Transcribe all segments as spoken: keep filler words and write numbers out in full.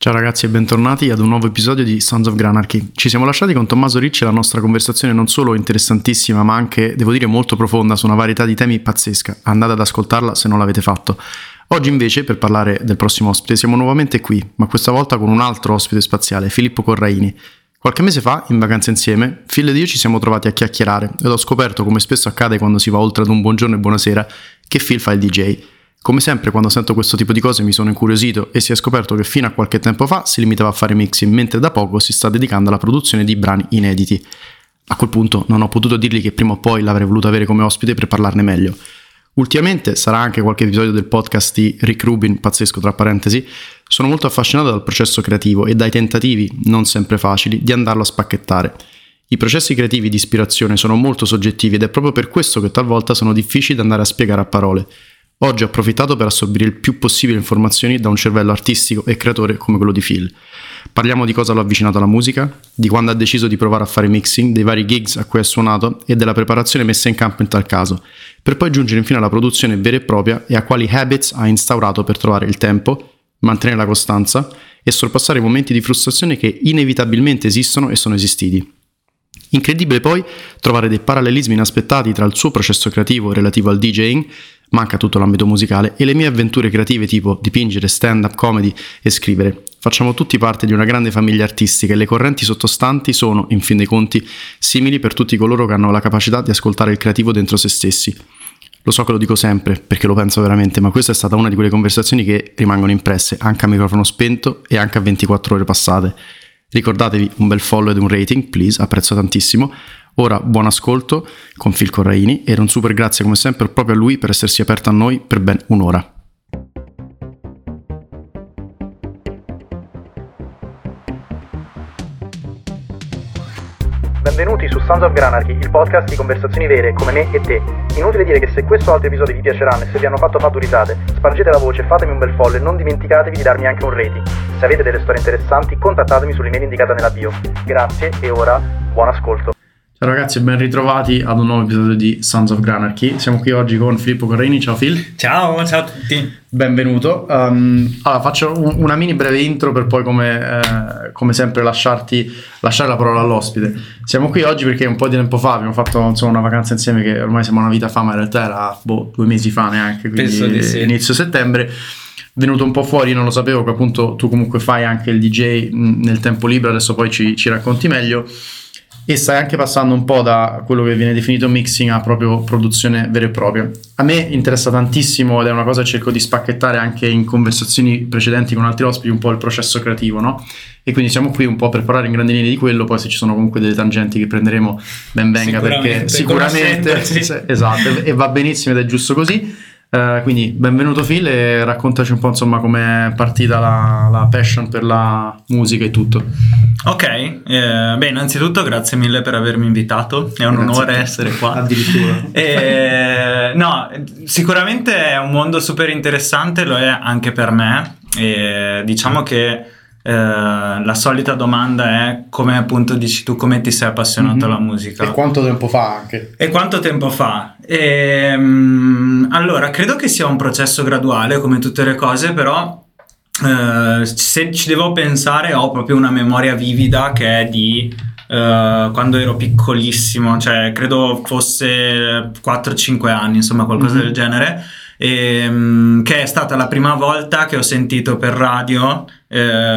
Ciao ragazzi e bentornati ad un nuovo episodio di Sons of Granarchy. Ci siamo lasciati con Tommaso Ricci e la nostra conversazione non solo interessantissima ma anche, devo dire, molto profonda su una varietà di temi pazzesca. Andate ad ascoltarla se non l'avete fatto. Oggi invece, per parlare del prossimo ospite, siamo nuovamente qui, ma questa volta con un altro ospite spaziale, Filippo Corraini. Qualche mese fa, in vacanza insieme, Phil ed io ci siamo trovati a chiacchierare ed ho scoperto, come spesso accade quando si va oltre ad un buongiorno e buonasera, che Phil fa il D J. Come sempre, quando sento questo tipo di cose mi sono incuriosito e si è scoperto che fino a qualche tempo fa si limitava a fare mixing, mentre da poco si sta dedicando alla produzione di brani inediti. A quel punto non ho potuto dirgli che prima o poi l'avrei voluto avere come ospite per parlarne meglio. Ultimamente, sarà anche qualche episodio del podcast di Rick Rubin, pazzesco tra parentesi, sono molto affascinato dal processo creativo e dai tentativi, non sempre facili, di andarlo a spacchettare. I processi creativi di ispirazione sono molto soggettivi ed è proprio per questo che talvolta sono difficili da andare a spiegare a parole. Oggi ho approfittato per assorbire il più possibile informazioni da un cervello artistico e creatore come quello di Phil. Parliamo di cosa l'ha avvicinato alla musica, di quando ha deciso di provare a fare mixing, dei vari gigs a cui ha suonato e della preparazione messa in campo in tal caso, per poi giungere infine alla produzione vera e propria e a quali habits ha instaurato per trovare il tempo, mantenere la costanza e sorpassare i momenti di frustrazione che inevitabilmente esistono e sono esistiti. Incredibile poi trovare dei parallelismi inaspettati tra il suo processo creativo relativo al DJing, manca tutto l'ambito musicale, e le mie avventure creative tipo dipingere, stand-up, comedy e scrivere. Facciamo tutti parte di una grande famiglia artistica e le correnti sottostanti sono, in fin dei conti, simili per tutti coloro che hanno la capacità di ascoltare il creativo dentro se stessi. Lo so che lo dico sempre, perché lo penso veramente, ma questa è stata una di quelle conversazioni che rimangono impresse, anche a microfono spento e anche a ventiquattro ore passate. Ricordatevi un bel follow ed un rating, please, apprezzo tantissimo. Ora buon ascolto con Phil Corraini e un super grazie come sempre proprio a lui per essersi aperto a noi per ben un'ora. Benvenuti su Sons of Granarchy, il podcast di conversazioni vere come me e te. Inutile dire che se questo o altri episodi vi piaceranno e se vi hanno fatto fare due risate, spargete la voce, fatemi un bel follow e non dimenticatevi di darmi anche un rating. Se avete delle storie interessanti, contattatemi sull'email indicata nella bio. Grazie e ora buon ascolto. Ciao ragazzi e ben ritrovati ad un nuovo episodio di Sons of Granarchy. Siamo qui oggi con Filippo Corraini. Ciao Phil. Ciao, ciao a tutti. Benvenuto. Um, allora faccio un, una mini breve intro per poi come, eh, come sempre lasciarti lasciare la parola all'ospite. Siamo qui oggi perché un po' di tempo fa abbiamo fatto insomma una vacanza insieme che ormai sembra una vita fa, ma in realtà era boh, due mesi fa neanche, quindi penso di sì. Inizio settembre. Venuto un po' fuori, non lo sapevo che appunto tu comunque fai anche il D J nel tempo libero, adesso poi ci, ci racconti meglio. E stai anche passando un po' da quello che viene definito mixing a proprio produzione vera e propria. A me interessa tantissimo ed è una cosa che cerco di spacchettare anche in conversazioni precedenti con altri ospiti, un po' il processo creativo, no? E quindi siamo qui un po' per parlare in grandi linee di quello, poi se ci sono comunque delle tangenti che prenderemo ben venga, sicuramente, perché sicuramente sì. Esatto, e va benissimo ed è giusto così. Uh, quindi benvenuto Phil e raccontaci un po' insomma com'è partita la, la passion per la musica e tutto. Ok, eh, beh innanzitutto grazie mille per avermi invitato, è un Grazie onore essere qua. Addirittura. eh, no, sicuramente è un mondo super interessante, lo è anche per me, e diciamo che Eh, la solita domanda è come appunto dici tu, come ti sei appassionato mm-hmm. alla musica e quanto tempo fa anche e quanto tempo fa e, um, allora credo che sia un processo graduale come tutte le cose, però eh, se ci devo pensare ho proprio una memoria vivida che è di eh, quando ero piccolissimo, cioè credo fosse quattro cinque anni, insomma qualcosa mm-hmm. del genere. E, um, che è stata la prima volta che ho sentito per radio uh,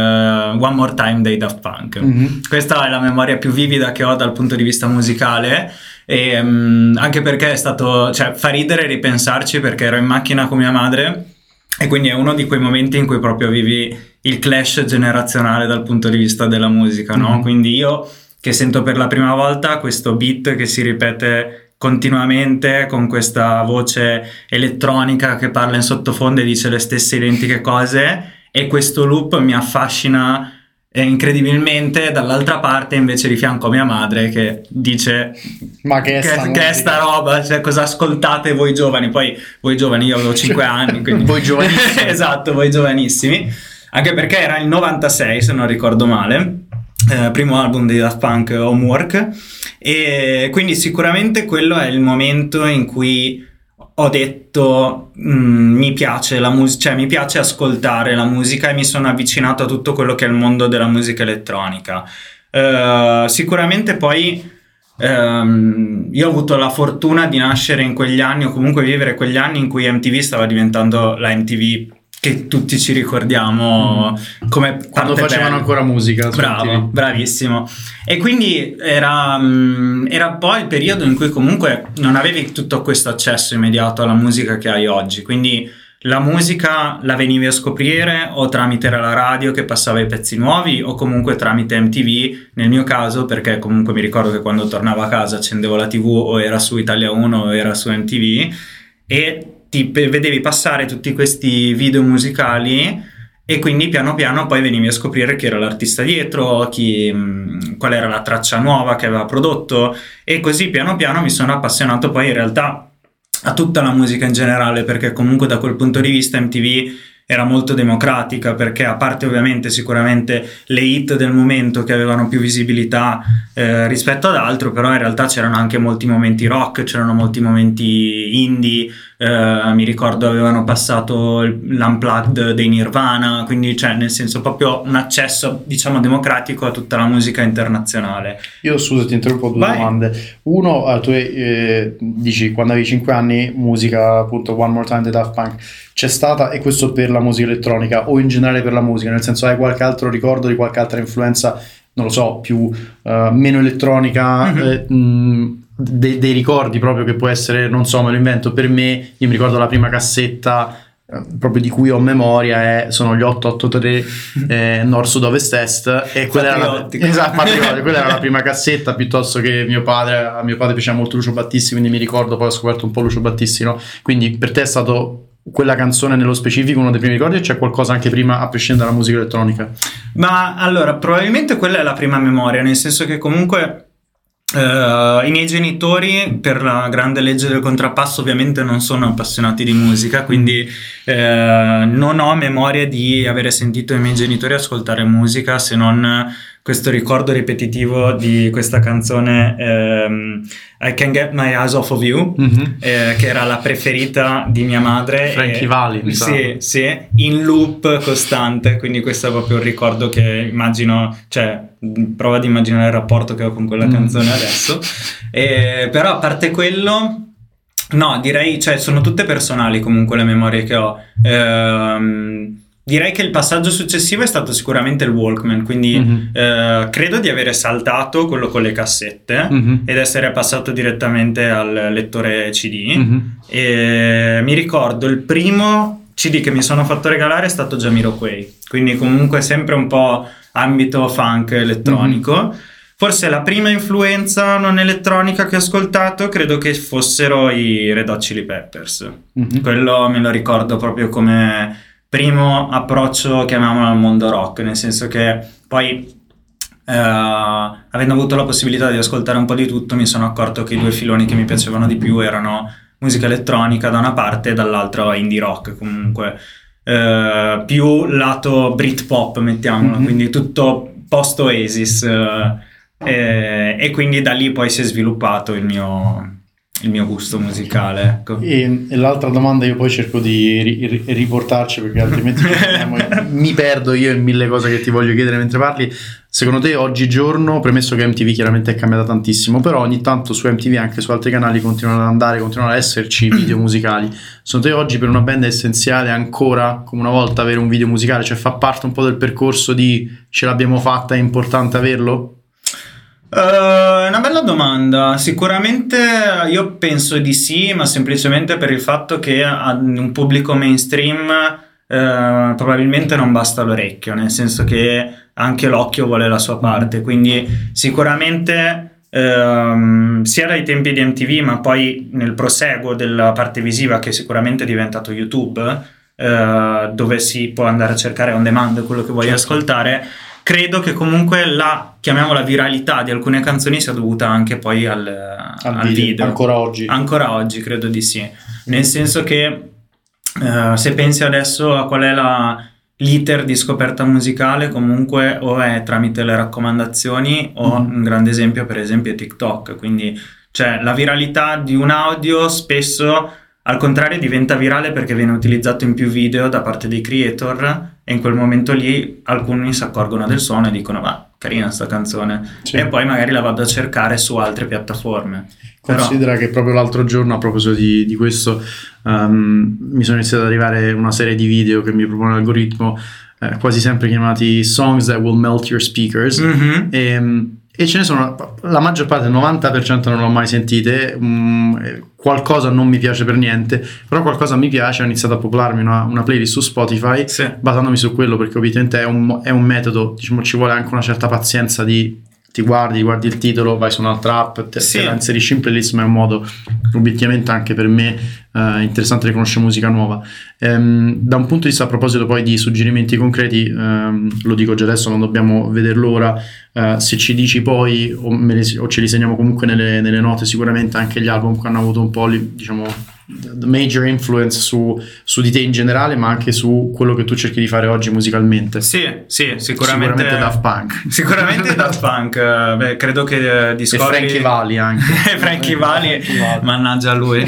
One More Time dei Daft Punk. Mm-hmm. Questa è la memoria più vivida che ho dal punto di vista musicale e um, anche perché è stato, cioè fa ridere ripensarci perché ero in macchina con mia madre e quindi è uno di quei momenti in cui proprio vivi il clash generazionale dal punto di vista della musica, no? Mm-hmm. Quindi io che sento per la prima volta questo beat che si ripete continuamente con questa voce elettronica che parla in sottofondo e dice le stesse identiche cose e questo loop mi affascina eh, incredibilmente. Dall'altra parte invece di fianco mia madre che dice ma che è sta, che, che è sta roba, cioè cosa ascoltate voi giovani, poi voi giovani io avevo cinque anni quindi voi giovanissimi esatto, voi giovanissimi, anche perché era il novantasei se non ricordo male. Eh, primo album dei Daft Punk, Homework, e quindi sicuramente quello è il momento in cui ho detto mm, mi piace la musica, cioè mi piace ascoltare la musica, e mi sono avvicinato a tutto quello che è il mondo della musica elettronica. Uh, sicuramente poi um, io ho avuto la fortuna di nascere in quegli anni, o comunque vivere quegli anni in cui M T V stava diventando la M T V che tutti ci ricordiamo mm. come quando facevano bella. Ancora musica. Bravo, bravissimo. E quindi era, era poi il periodo in cui comunque non avevi tutto questo accesso immediato alla musica che hai oggi, quindi la musica la venivi a scoprire o tramite la radio che passava i pezzi nuovi, o comunque tramite M T V, nel mio caso, perché comunque mi ricordo che quando tornavo a casa accendevo la tivù, o era su Italia uno o era su M T V, e ti vedevi passare tutti questi video musicali, e quindi piano piano poi venivi a scoprire chi era l'artista dietro, chi, qual era la traccia nuova che aveva prodotto, e così piano piano mi sono appassionato poi in realtà a tutta la musica in generale, perché comunque da quel punto di vista M T V era molto democratica, perché a parte ovviamente sicuramente le hit del momento che avevano più visibilità eh, rispetto ad altro, però in realtà c'erano anche molti momenti rock, c'erano molti momenti indie, eh, mi ricordo avevano passato l'Unplugged dei Nirvana, quindi cioè nel senso proprio un accesso diciamo democratico a tutta la musica internazionale. Io scusa ti interrompo, due Vai. domande. Uno, tu eh, dici quando avevi cinque anni musica appunto One More Time dei Daft Punk c'è stata, e questo per la musica elettronica o in generale per la musica, nel senso hai qualche altro ricordo di qualche altra influenza, non lo so, più uh, meno elettronica, mm-hmm. eh, mh, de- dei ricordi proprio, che può essere, non so, me lo invento, per me, io mi ricordo la prima cassetta eh, proprio di cui ho memoria è, sono gli otto otto tre eh, Nord Sud Ovest Est, e quella era la, esatto, quella era la prima cassetta, piuttosto che mio padre, a mio padre piaceva molto Lucio Battisti, quindi mi ricordo, poi ho scoperto un po' Lucio Battisti, no? Quindi per te è stato quella canzone nello specifico uno dei primi ricordi, o c'è qualcosa anche prima a prescindere dalla musica elettronica? Ma allora probabilmente quella è la prima memoria, nel senso che comunque Uh, i miei genitori, per la grande legge del contrappasso, ovviamente non sono appassionati di musica, quindi uh, non ho memoria di avere sentito i miei genitori ascoltare musica, se non questo ricordo ripetitivo di questa canzone um, I Can't Get My Eyes Off of You, mm-hmm. eh, che era la preferita di mia madre. Frankie Valli, sì, sì, in loop costante, quindi questo è proprio un ricordo che immagino, cioè prova ad immaginare il rapporto che ho con quella mm. canzone adesso. E, però a parte quello, no, direi, cioè sono tutte personali comunque le memorie che ho. Ehm, direi che il passaggio successivo è stato sicuramente il Walkman, quindi mm-hmm. eh, credo di avere saltato quello con le cassette mm-hmm. ed essere passato direttamente al lettore C D. Mm-hmm. E mi ricordo il primo C D che mi sono fatto regalare è stato Jamiroquai, quindi comunque sempre un po' ambito funk elettronico. Mm-hmm. Forse la prima influenza non elettronica che ho ascoltato credo che fossero i Red Hot Chili Peppers. Mm-hmm. Quello me lo ricordo proprio come primo approccio, chiamiamolo, al mondo rock, nel senso che poi eh, avendo avuto la possibilità di ascoltare un po' di tutto, mi sono accorto che i due filoni che mi piacevano di più erano musica elettronica da una parte e dall'altra indie rock, comunque eh, più lato Britpop, mettiamolo, mm-hmm. quindi tutto post Oasis, eh, e, e quindi da lì poi si è sviluppato il mio il mio gusto musicale, ecco. E, e l'altra domanda, io poi cerco di ri, riportarci, perché altrimenti mi perdo io in mille cose che ti voglio chiedere mentre parli. Secondo te oggigiorno, premesso che M T V chiaramente è cambiata tantissimo, però ogni tanto su M T V, anche su altri canali, continuano ad andare, continuano ad esserci video musicali. Secondo te oggi per una band è essenziale ancora, come una volta, avere un video musicale? Cioè fa parte un po' del percorso di ce l'abbiamo fatta, è importante averlo? È uh, una bella domanda. Sicuramente io penso di sì, ma semplicemente per il fatto che a un pubblico mainstream uh, probabilmente non basta l'orecchio, nel senso che anche l'occhio vuole la sua parte, quindi sicuramente uh, sia dai tempi di M T V, ma poi nel proseguo della parte visiva, che sicuramente è diventato YouTube, uh, dove si può andare a cercare on demand quello che vuoi certo. ascoltare. Credo che comunque la, chiamiamola, viralità di alcune canzoni sia dovuta anche poi al, al, al video. video. Ancora oggi? Ancora oggi credo di sì. Nel senso che uh, se pensi adesso a qual è la, l'iter di scoperta musicale, comunque o è tramite le raccomandazioni o mm. un grande esempio per esempio è TikTok. Quindi cioè, la viralità di un audio spesso al contrario diventa virale perché viene utilizzato in più video da parte dei creator, e in quel momento lì alcuni si accorgono del suono e dicono ma carina sta canzone, sì. E poi magari la vado a cercare su altre piattaforme. Considera Però... che proprio l'altro giorno, a proposito di, di questo, um, mi sono iniziato ad arrivare una serie di video che mi propone l'algoritmo, eh, quasi sempre chiamati Songs That Will Melt Your Speakers, mm-hmm. e, e ce ne sono, la maggior parte, il novanta per cento non l'ho mai sentite, um, qualcosa non mi piace per niente, però qualcosa mi piace. Ho iniziato a popolarmi una, una playlist su Spotify, sì. basandomi su quello, perché ovviamente è un, è un metodo, diciamo, ci vuole anche una certa pazienza di ti guardi, guardi il titolo, vai su un'altra app, te, sì. te la inserisci in playlist, ma è un modo obiettivamente anche per me uh, interessante riconoscere musica nuova. Um, da un punto di vista, a proposito poi di suggerimenti concreti, um, lo dico già adesso, non dobbiamo vederlo ora, uh, se ci dici poi o, me le, o ce li segniamo comunque nelle, nelle note, sicuramente anche gli album che hanno avuto un po', diciamo, the major influence su, su di te in generale, ma anche su quello che tu cerchi di fare oggi musicalmente. Sì, sì, sicuramente sicuramente Daft Punk. Sicuramente Daft Punk. Beh, credo che uh, Discovery... E Frankie Valli anche. Frankie Valli, mannaggia a lui.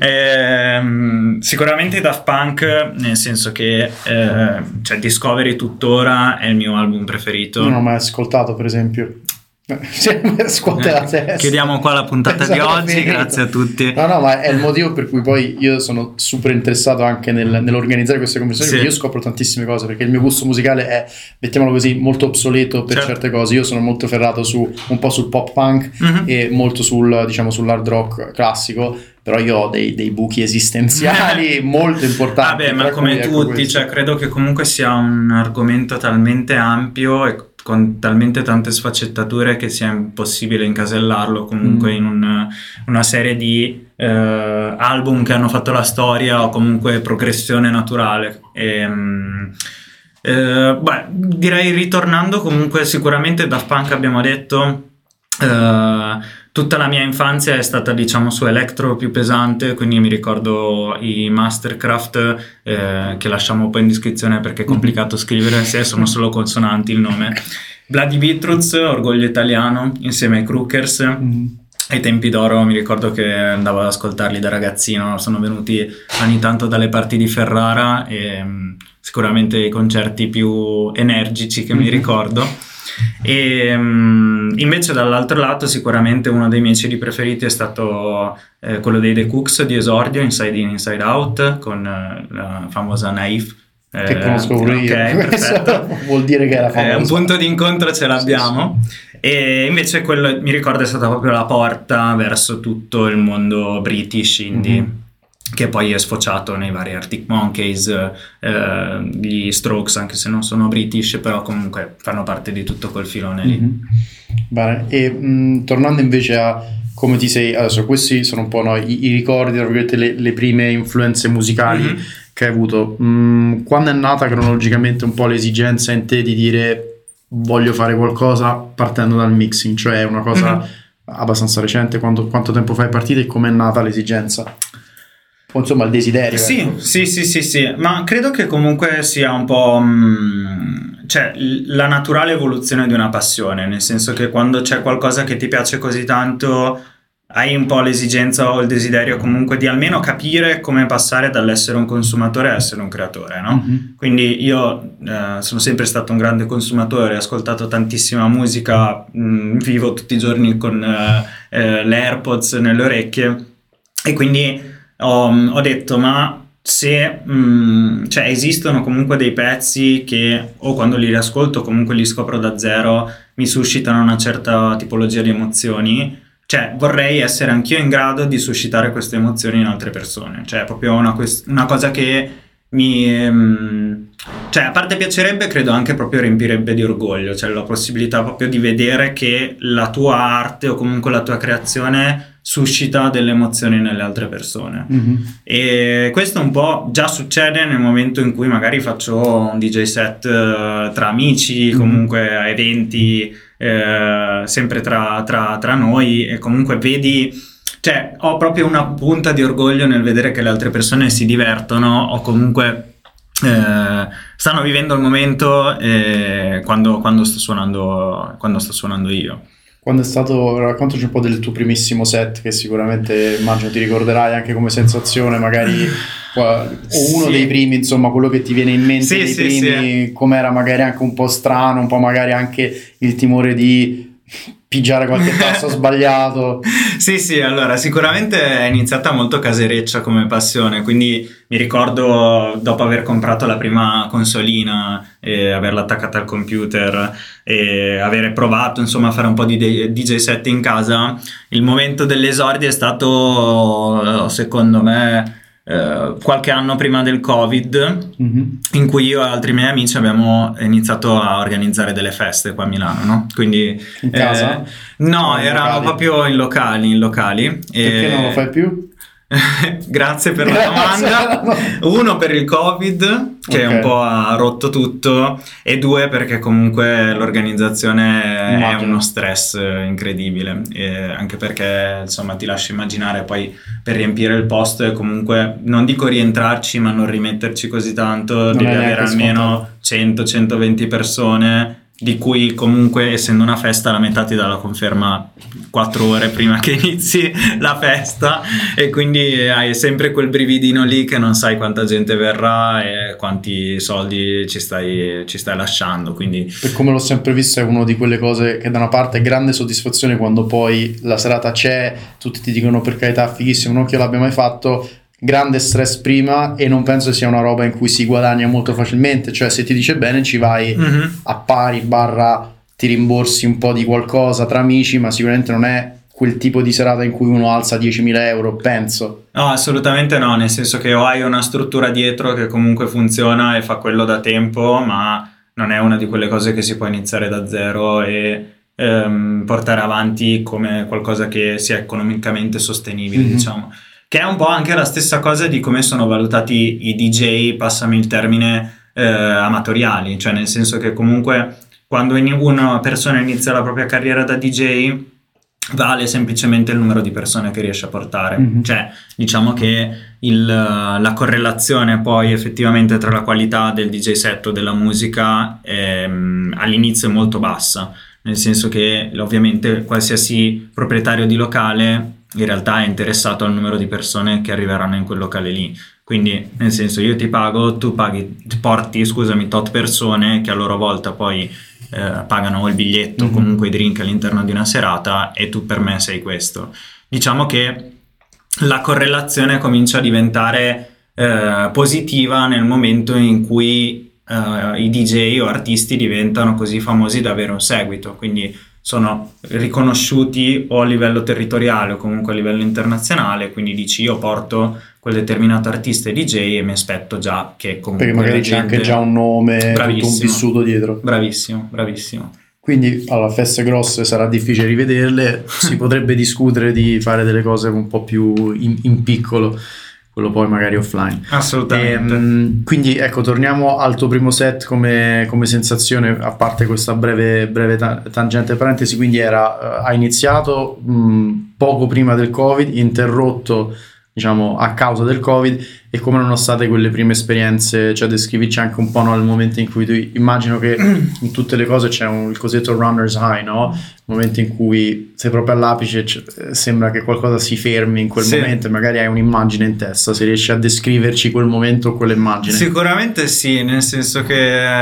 Eh, sicuramente Daft Punk, nel senso che eh, cioè Discovery tuttora è il mio album preferito. Non ho mai ascoltato, per esempio. Scuote la testa. Chiudiamo qua la puntata esatto, di oggi, finito. Grazie a tutti. No no ma è il motivo per cui poi io sono super interessato anche nel, nell'organizzare queste conversazioni, sì. Io scopro tantissime cose, perché il mio gusto musicale è, mettiamolo così, molto obsoleto per certo. certe cose. Io sono molto ferrato su un po' sul pop punk, mm-hmm. e molto sul, diciamo, sull'hard rock classico, però io ho dei, dei buchi esistenziali molto importanti. Vabbè, ma come tutti, ecco, cioè credo che comunque sia un argomento talmente ampio e con talmente tante sfaccettature che sia impossibile incasellarlo comunque mm. in un, una serie di eh, album che hanno fatto la storia, o comunque progressione naturale. E, eh, beh, direi, ritornando comunque, sicuramente Daft Punk abbiamo detto, eh, tutta la mia infanzia è stata, diciamo, su electro più pesante, quindi mi ricordo i Mastercraft, eh, che lasciamo poi in descrizione perché è complicato scrivere, se sono solo consonanti il nome. Bloody Beetroots, Orgoglio Italiano, insieme ai Crookers. Mm-hmm. Ai tempi d'oro mi ricordo che andavo ad ascoltarli da ragazzino, sono venuti ogni tanto dalle parti di Ferrara, e um, sicuramente i concerti più energici che mm-hmm. mi ricordo. E um, invece dall'altro lato sicuramente uno dei miei C D preferiti è stato eh, quello dei The Cooks di esordio, Inside In Inside Out, con eh, la famosa Naive, eh, che conosco pure io. Okay, perfetto. Vuol dire che era famosa. Eh, un punto di incontro ce l'abbiamo, sì, sì. E invece quello, mi ricordo, è stata proprio la porta verso tutto il mondo British indie, mm-hmm. che poi è sfociato nei vari Arctic Monkeys, eh, gli Strokes, anche se non sono British, però comunque fanno parte di tutto quel filone lì. Mm-hmm. Bene, e mh, tornando invece a come ti sei, adesso questi sono un po', no, i, i ricordi, le, le prime influenze musicali mm-hmm. che hai avuto. Mh, quando è nata cronologicamente un po' l'esigenza in te di dire voglio fare qualcosa partendo dal mixing, cioè una cosa mm-hmm. abbastanza recente? Quanto, quanto tempo fa è partita e com'è nata l'esigenza? O insomma il desiderio? Sì, ecco. sì, sì, sì, sì, ma credo che comunque sia un po' mh, cioè la naturale evoluzione di una passione, nel senso che quando c'è qualcosa che ti piace così tanto hai un po' l'esigenza o il desiderio comunque di almeno capire come passare dall'essere un consumatore a essere un creatore, no? Mm-hmm. Quindi io eh, sono sempre stato un grande consumatore, ho ascoltato tantissima musica, mh, vivo tutti i giorni con eh, eh, le AirPods nelle orecchie, e quindi ho, ho detto ma se mh, cioè esistono comunque dei pezzi che o quando li riascolto comunque li scopro da zero mi suscitano una certa tipologia di emozioni. Cioè vorrei essere anch'io in grado di suscitare queste emozioni in altre persone, cioè è proprio una, quest- una cosa che mi ehm, cioè a parte piacerebbe, credo anche proprio riempirebbe di orgoglio, cioè la possibilità proprio di vedere che la tua arte o comunque la tua creazione suscita delle emozioni nelle altre persone. Mm-hmm. E questo un po' già succede nel momento in cui magari faccio un D J set uh, tra amici, mm-hmm. comunque a eventi, eh, sempre tra, tra, tra noi, e comunque vedi, cioè ho proprio una punta di orgoglio nel vedere che le altre persone si divertono o comunque eh, stanno vivendo il momento eh, quando, quando sto suonando quando sto suonando io. Quando è stato, raccontaci un po' del tuo primissimo set, che sicuramente immagino ti ricorderai anche come sensazione, magari o uno sì. dei primi, insomma, quello che ti viene in mente sì, dei sì, primi, sì. com'era magari anche un po' strano, un po' magari anche il timore di pigiare qualche tasto sbagliato. Sì, sì, allora sicuramente è iniziata molto casereccia come passione, quindi mi ricordo dopo aver comprato la prima consolina e averla attaccata al computer e avere provato insomma a fare un po' di D J set in casa, il momento dell'esordio è stato secondo me eh, qualche anno prima del Covid, mm-hmm. in cui io e altri miei amici abbiamo iniziato a organizzare delle feste qua a Milano, no? Quindi in casa? Eh, no, eravamo proprio in locali, in locali. Perché e... non lo fai più? Grazie per la domanda. Uno per il Covid, che okay. un po' ha rotto tutto, e due perché comunque l'organizzazione Immagino. è uno stress incredibile, e anche perché insomma ti lascio immaginare poi per riempire il posto e comunque non dico rientrarci ma non rimetterci così tanto, non devi avere almeno cento centoventi persone, di cui comunque essendo una festa la metà ti dà la conferma quattro ore prima che inizi la festa, e quindi hai sempre quel brividino lì che non sai quanta gente verrà e quanti soldi ci stai, ci stai lasciando. Quindi per come l'ho sempre visto è una di quelle cose che da una parte è grande soddisfazione quando poi la serata c'è, tutti ti dicono per carità fighissimo, non che io l'abbia mai fatto, grande stress prima, e non penso sia una roba in cui si guadagna molto facilmente, cioè se ti dice bene ci vai mm-hmm. a pari barra ti rimborsi un po' di qualcosa tra amici, ma sicuramente non è quel tipo di serata in cui uno alza diecimila euro, penso. No, assolutamente no, nel senso che o hai una struttura dietro che comunque funziona e fa quello da tempo, ma non è una di quelle cose che si può iniziare da zero e ehm, portare avanti come qualcosa che sia economicamente sostenibile, mm-hmm. diciamo. Che è un po' anche la stessa cosa di come sono valutati i D J, passami il termine, eh, amatoriali, cioè nel senso che comunque quando una persona inizia la propria carriera da D J vale semplicemente il numero di persone che riesce a portare, mm-hmm. cioè diciamo che il, la correlazione poi effettivamente tra la qualità del D J set o della musica è, all'inizio è molto bassa, nel senso che ovviamente qualsiasi proprietario di locale in realtà è interessato al numero di persone che arriveranno in quel locale lì, quindi nel senso io ti pago, tu paghi, porti scusami tot persone che a loro volta poi eh, pagano il biglietto, mm-hmm. comunque i drink all'interno di una serata, e tu per me sei questo. Diciamo che la correlazione comincia a diventare eh, positiva nel momento in cui eh, i D J o artisti diventano così famosi da avere un seguito, quindi sono riconosciuti o a livello territoriale o comunque a livello internazionale, quindi dici io porto quel determinato artista e D J e mi aspetto già che comunque perché magari gente... c'è anche già un nome, tutto un vissuto dietro. Bravissimo, bravissimo. Quindi allora, feste grosse sarà difficile rivederle, si potrebbe discutere di fare delle cose un po' più in, in piccolo, quello poi magari offline. Assolutamente. E, quindi ecco, torniamo al tuo primo set come, come sensazione, a parte questa breve, breve ta- tangente parentesi, quindi era, uh, hai iniziato mh, poco prima del Covid, interrotto diciamo a causa del Covid, e come erano state quelle prime esperienze, cioè descrivici anche un po', no, il momento in cui tu, immagino che in tutte le cose c'è un, il cosiddetto runner's high, no? Il momento in cui sei proprio all'apice, c- sembra che qualcosa si fermi in quel sì. momento, e magari hai un'immagine in testa, se riesci a descriverci quel momento o quell'immagine. Sicuramente sì, nel senso che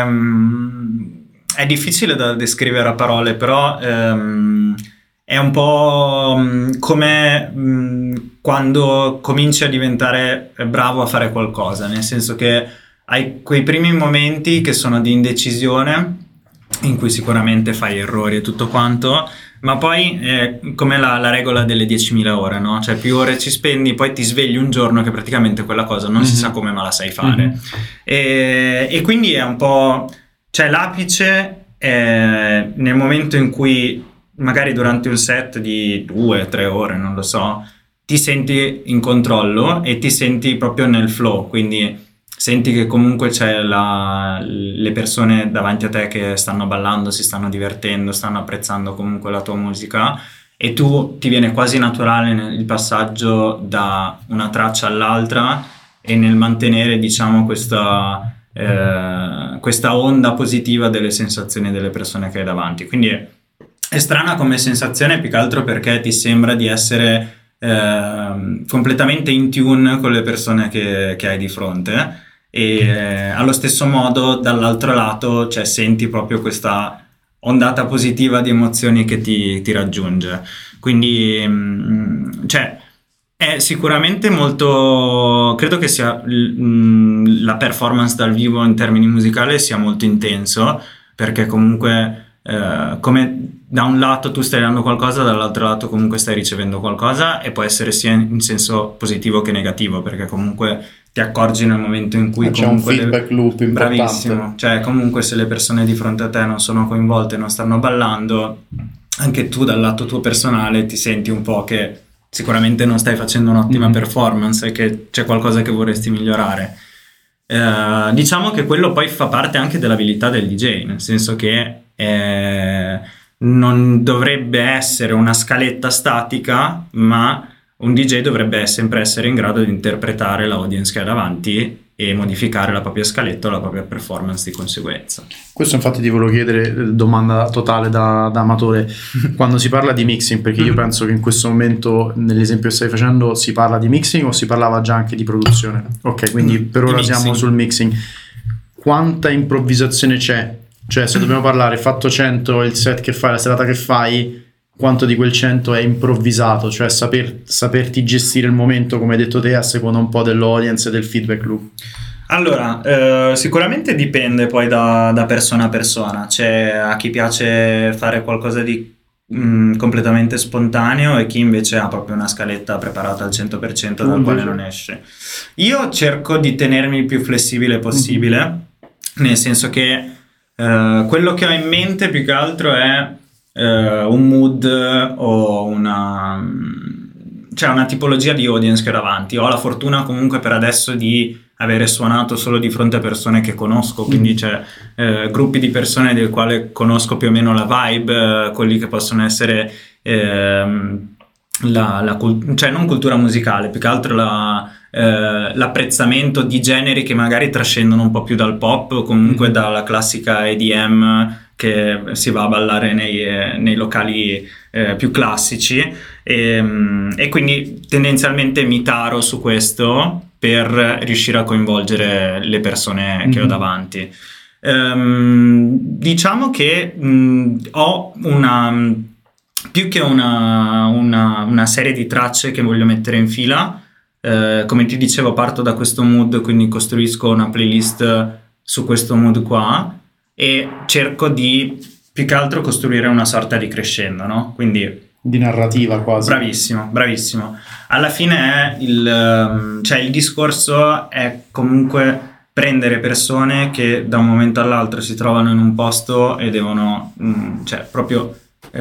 um, è difficile da descrivere a parole, però um, è un po' um, come um, quando cominci a diventare bravo a fare qualcosa, nel senso che hai quei primi momenti che sono di indecisione, in cui sicuramente fai errori e tutto quanto, ma poi è come la, la regola delle diecimila ore, no? Cioè più ore ci spendi, poi ti svegli un giorno che praticamente quella cosa non mm-hmm. si sa come, ma la sai fare. Mm-hmm. E, e quindi è un po'... cioè l'apice è nel momento in cui magari durante un set di due, tre ore, non lo so, ti senti in controllo e ti senti proprio nel flow, quindi senti che comunque c'è la, le persone davanti a te che stanno ballando, si stanno divertendo, stanno apprezzando comunque la tua musica, e tu ti viene quasi naturale il passaggio da una traccia all'altra e nel mantenere diciamo questa, eh, questa onda positiva delle sensazioni delle persone che hai davanti. Quindi è strana come sensazione, più che altro perché ti sembra di essere eh, completamente in tune con le persone che, che hai di fronte, e eh, allo stesso modo dall'altro lato, cioè, senti proprio questa ondata positiva di emozioni che ti, ti raggiunge. Quindi mh, cioè è sicuramente molto, credo che sia mh, la performance dal vivo in termini musicali sia molto intenso, perché comunque Uh, come da un lato tu stai dando qualcosa, dall'altro lato comunque stai ricevendo qualcosa, e può essere sia in senso positivo che negativo, perché comunque ti accorgi nel momento in cui c'è comunque un feedback le... loop importante. Bravissimo, cioè comunque se le persone di fronte a te non sono coinvolte, non stanno ballando, anche tu dal lato tuo personale ti senti un po' che sicuramente non stai facendo un'ottima mm-hmm. performance e che c'è qualcosa che vorresti migliorare. Uh, diciamo che quello poi fa parte anche dell'abilità del D J, nel senso che Eh, non dovrebbe essere una scaletta statica, ma un D J dovrebbe sempre essere in grado di interpretare l'audience che ha davanti e modificare la propria scaletta o la propria performance di conseguenza. Questo infatti ti volevo chiedere, domanda totale da, da amatore, quando si parla di mixing, perché io penso che in questo momento nell'esempio che stai facendo si parla di mixing o si parlava già anche di produzione? Ok, quindi per ora siamo sul mixing. Quanta improvvisazione c'è? Cioè, se dobbiamo parlare fatto cento il set che fai, la serata che fai, quanto di quel cento è improvvisato? Cioè saper, saperti gestire il momento, come hai detto te, a seconda un po' dell'audience e del feedback loop. Allora, eh, sicuramente dipende poi da, da persona a persona. C'è a chi piace fare qualcosa di mh, completamente spontaneo e chi invece ha proprio una scaletta preparata al cento per cento dal quale non esce. Io cerco di tenermi il più flessibile possibile, mm-hmm. nel senso che Uh, quello che ho in mente più che altro è uh, un mood o una, cioè una tipologia di audience che ho davanti. Ho la fortuna comunque per adesso di avere suonato solo di fronte a persone che conosco, quindi c'è uh, gruppi di persone del quale conosco più o meno la vibe, uh, quelli che possono essere uh, la, la cult- cioè non cultura musicale, più che altro la Uh, l'apprezzamento di generi che magari trascendono un po' più dal pop o comunque mm-hmm. dalla classica E D M che si va a ballare nei, nei locali eh, più classici, e, e quindi tendenzialmente mi taro su questo per riuscire a coinvolgere le persone mm-hmm. che ho davanti. Um, diciamo che mh, ho una più che una, una, una serie di tracce che voglio mettere in fila. Uh, come ti dicevo, parto da questo mood, quindi costruisco una playlist su questo mood qua e cerco di più che altro costruire una sorta di crescendo, no? Quindi di narrativa quasi. Bravissimo, bravissimo. Alla fine è il, cioè il discorso è comunque prendere persone che da un momento all'altro si trovano in un posto e devono, mh, cioè proprio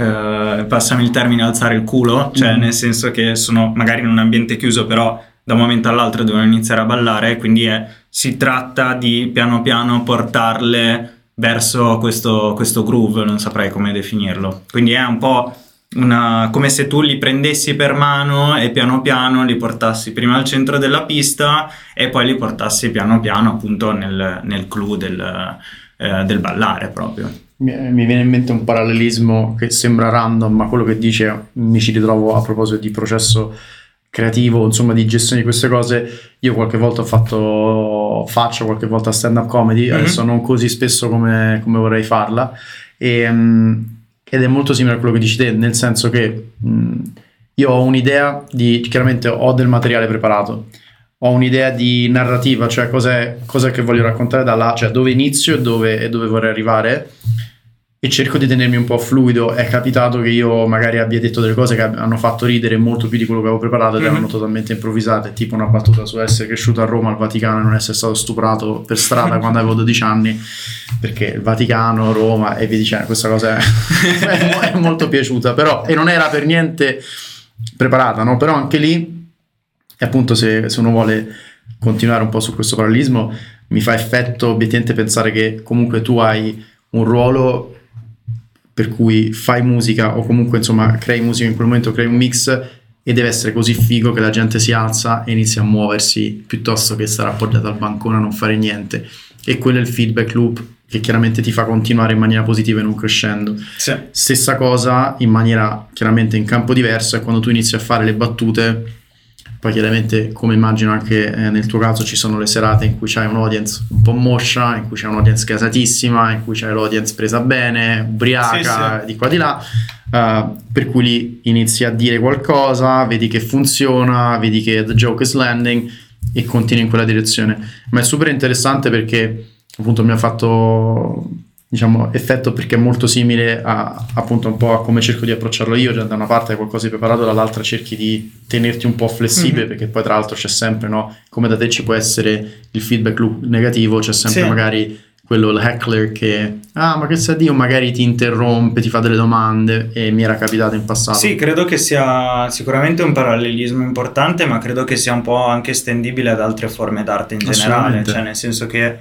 uh, passami il termine, alzare il culo, cioè mm. nel senso che sono magari in un ambiente chiuso, però da un momento all'altro devono iniziare a ballare, quindi è, si tratta di piano piano portarle verso questo, questo groove, non saprei come definirlo. Quindi è un po' una, come se tu li prendessi per mano e piano piano li portassi prima al centro della pista e poi li portassi piano piano appunto nel, nel clou del, eh, del ballare proprio. Mi viene in mente un parallelismo che sembra random, ma quello che dice mi ci ritrovo a proposito di processo creativo, insomma di gestione di queste cose. Io qualche volta ho fatto faccio qualche volta stand up comedy, mm-hmm. adesso non così spesso come, come vorrei farla, e, um, ed è molto simile a quello che dici te, nel senso che um, io ho un'idea di, chiaramente ho del materiale preparato, ho un'idea di narrativa, cioè cos'è, cos'è che voglio raccontare da là, cioè dove inizio e dove, e dove vorrei arrivare, e cerco di tenermi un po' fluido. È capitato che io magari abbia detto delle cose che hanno fatto ridere molto più di quello che avevo preparato ed mm-hmm. erano totalmente improvvisate, tipo una battuta su essere cresciuto a Roma al Vaticano e non essere stato stuprato per strada quando avevo dodici anni, perché il Vaticano, Roma e via dicendo, questa cosa è, è molto piaciuta, però, e non era per niente preparata, no? Però anche lì, e appunto se, se uno vuole continuare un po' su questo parallelismo, mi fa effetto obiettivamente pensare che comunque tu hai un ruolo per cui fai musica o comunque insomma crei musica in quel momento, crei un mix e deve essere così figo che la gente si alza e inizia a muoversi piuttosto che stare appoggiata al bancone a non fare niente, e quello è il feedback loop che chiaramente ti fa continuare in maniera positiva e non crescendo. Sì. Stessa cosa in maniera chiaramente in campo diverso è quando tu inizi a fare le battute. Poi chiaramente, come immagino anche eh, nel tuo caso, ci sono le serate in cui c'hai un'audience un po' moscia, in cui c'è un'audience gasatissima, in cui c'hai l'audience presa bene, ubriaca, sì, sì. di qua di là, uh, per cui lì inizi a dire qualcosa, vedi che funziona, vedi che the joke is landing e continui in quella direzione. Ma è super interessante perché appunto mi ha fatto, diciamo, effetto, perché è molto simile a, appunto un po' a come cerco di approcciarlo io. Cioè, da una parte hai qualcosa di preparato, dall'altra cerchi di tenerti un po' flessibile, mm-hmm. perché poi tra l'altro c'è sempre, no, come da te ci può essere il feedback loop negativo, c'è sempre sì. magari quello, il heckler che ah ma che sa Dio, magari ti interrompe, ti fa delle domande, e mi era capitato in passato. Sì, credo che sia sicuramente un parallelismo importante, ma credo che sia un po' anche estendibile ad altre forme d'arte in generale, cioè nel senso che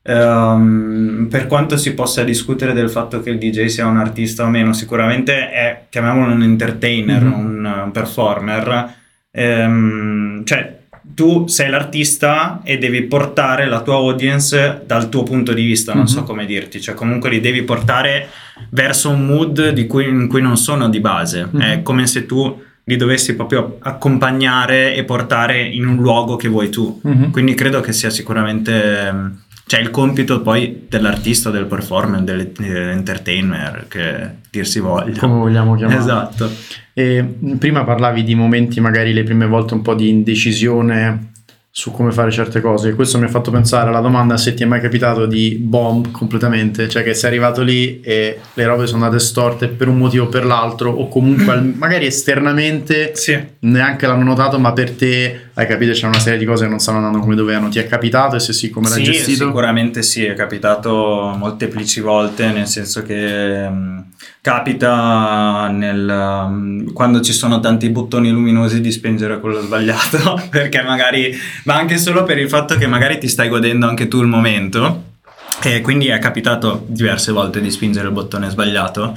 Um, per quanto si possa discutere del fatto che il D J sia un artista o meno, sicuramente è, chiamiamolo un entertainer, mm-hmm. un, un performer, um, cioè tu sei l'artista e devi portare la tua audience dal tuo punto di vista, non mm-hmm. so come dirti, cioè comunque li devi portare verso un mood di cui, in cui non sono di base, mm-hmm. è come se tu li dovessi proprio accompagnare e portare in un luogo che vuoi tu, mm-hmm. quindi credo che sia sicuramente... C'è il compito poi dell'artista, del performer, dell'entertainer, che dir si voglia. Come vogliamo chiamarlo. Esatto. E prima parlavi di momenti, magari le prime volte un po' di indecisione su come fare certe cose, e questo mi ha fatto pensare alla domanda se ti è mai capitato di bomb completamente, cioè che sei arrivato lì e le robe sono andate storte per un motivo o per l'altro, o comunque magari esternamente sì. neanche l'hanno notato, ma per te hai capito c'è una serie di cose che non stanno andando come dovevano. Ti è capitato, e se sì, come l'hai sì, gestito? Sicuramente sì, è capitato molteplici volte, nel senso che um, capita nel, um, quando ci sono tanti bottoni luminosi di spingere quello sbagliato perché magari, ma anche solo per il fatto che magari ti stai godendo anche tu il momento, e quindi è capitato diverse volte di spingere il bottone sbagliato.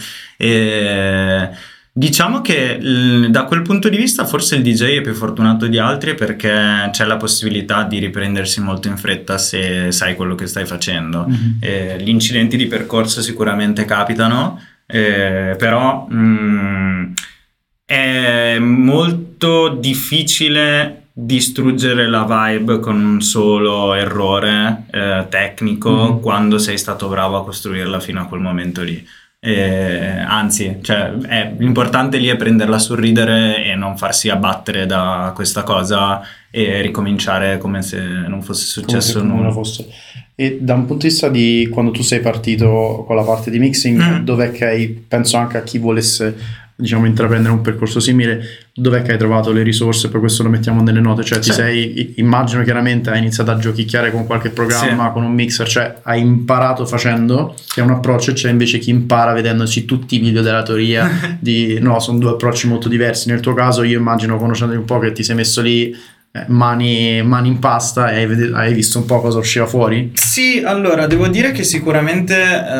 E diciamo che da quel punto di vista forse il D J è più fortunato di altri, perché c'è la possibilità di riprendersi molto in fretta se sai quello che stai facendo. Mm-hmm. E gli incidenti di percorso sicuramente capitano, eh, però mh, è molto difficile distruggere la vibe con un solo errore eh, tecnico, mm-hmm. quando sei stato bravo a costruirla fino a quel momento lì. Eh, anzi, cioè, è, l'importante lì è prenderla sul ridere e non farsi abbattere da questa cosa e ricominciare come se non fosse successo come se nulla. Fosse. E da un punto di vista di quando tu sei partito con la parte di mixing, mm. dov'è che hai, penso anche a chi volesse, diciamo, intraprendere un percorso simile, dov'è che hai trovato le risorse? Per questo lo mettiamo nelle note, cioè ti sì. sei, immagino chiaramente hai iniziato a giochicchiare con qualche programma, sì. con un mixer, cioè hai imparato facendo, che è un approccio, e c'è invece chi impara vedendosi tutti i video della teoria di no, sono due approcci molto diversi. Nel tuo caso io immagino, conoscendoti un po', che ti sei messo lì Mani, mani in pasta e hai, hai visto un po' cosa usciva fuori? Sì, allora devo dire che sicuramente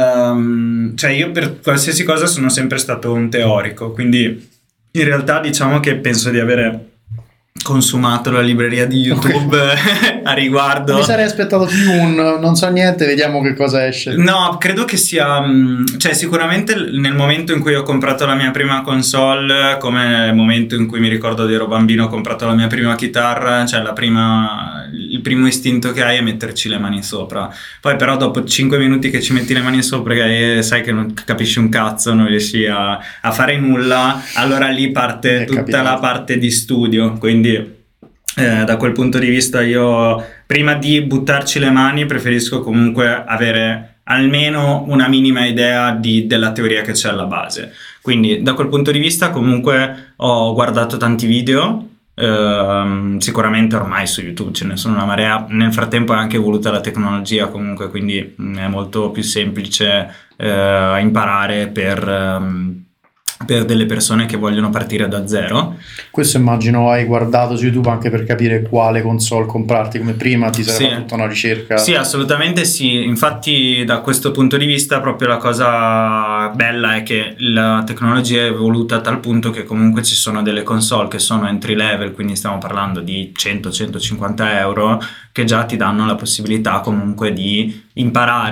um, cioè io per qualsiasi cosa sono sempre stato un teorico, quindi in realtà diciamo che penso di avere consumato la libreria di YouTube okay. a riguardo. Mi sarei aspettato più un non so niente, vediamo che cosa esce. No, credo che sia, cioè sicuramente nel momento in cui ho comprato la mia prima console, come nel momento in cui mi ricordo di ero bambino, ho comprato la mia prima chitarra, cioè la prima, il primo istinto che hai è metterci le mani sopra. Poi però dopo cinque minuti che ci metti le mani sopra e sai che non capisci un cazzo, non riesci a, a fare nulla, allora lì parte è tutta capitato. La parte di studio, quindi Eh, da quel punto di vista io prima di buttarci le mani preferisco comunque avere almeno una minima idea di, della teoria che c'è alla base, quindi da quel punto di vista comunque ho guardato tanti video, ehm, sicuramente ormai su YouTube ce ne sono una marea, nel frattempo è anche evoluta la tecnologia comunque, quindi mh, è molto più semplice eh, imparare per... Um, per delle persone che vogliono partire da zero. Questo immagino hai guardato su YouTube anche per capire quale console comprarti, come prima ti sei sì. fatto tutta una ricerca. Sì, assolutamente sì, infatti da questo punto di vista proprio la cosa bella è che la tecnologia è evoluta a tal punto che comunque ci sono delle console che sono entry level, quindi stiamo parlando di cento centocinquanta euro, che già ti danno la possibilità comunque di imparare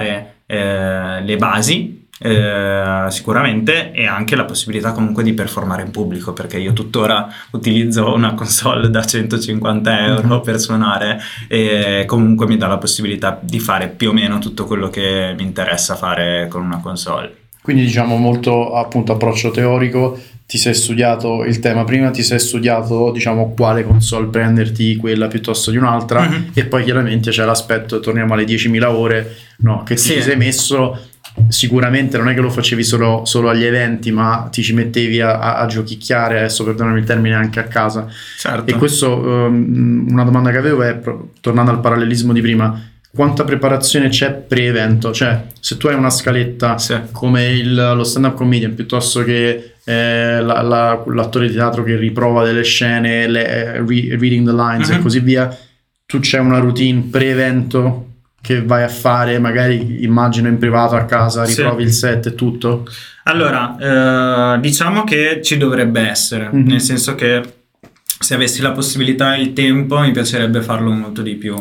eh, le basi. Eh, sicuramente, e anche la possibilità comunque di performare in pubblico, perché io tuttora utilizzo una console da centocinquanta euro per suonare e comunque mi dà la possibilità di fare più o meno tutto quello che mi interessa fare con una console. Quindi diciamo molto appunto approccio teorico, ti sei studiato il tema prima, ti sei studiato diciamo quale console prenderti, quella piuttosto di un'altra, mm-hmm. e poi chiaramente c'è l'aspetto, torniamo alle diecimila ore, no, che ti sì. sei messo. Sicuramente non è che lo facevi solo, solo agli eventi, ma ti ci mettevi a, a, a giochicchiare, adesso perdonami il termine, anche a casa. Certo. E questo, um, una domanda che avevo è, tornando al parallelismo di prima, quanta preparazione c'è pre-evento? Cioè, se tu hai una scaletta sì. come il, lo stand-up comedian piuttosto che eh, la, la, l'attore di teatro che riprova delle scene, le, eh, re, reading the lines mm-hmm. e così via, tu c'è una routine pre-evento che vai a fare, magari immagino in privato a casa, riprovi sì. il set e tutto? Allora, eh, diciamo che ci dovrebbe essere, mm-hmm. nel senso che se avessi la possibilità e il tempo mi piacerebbe farlo molto di più.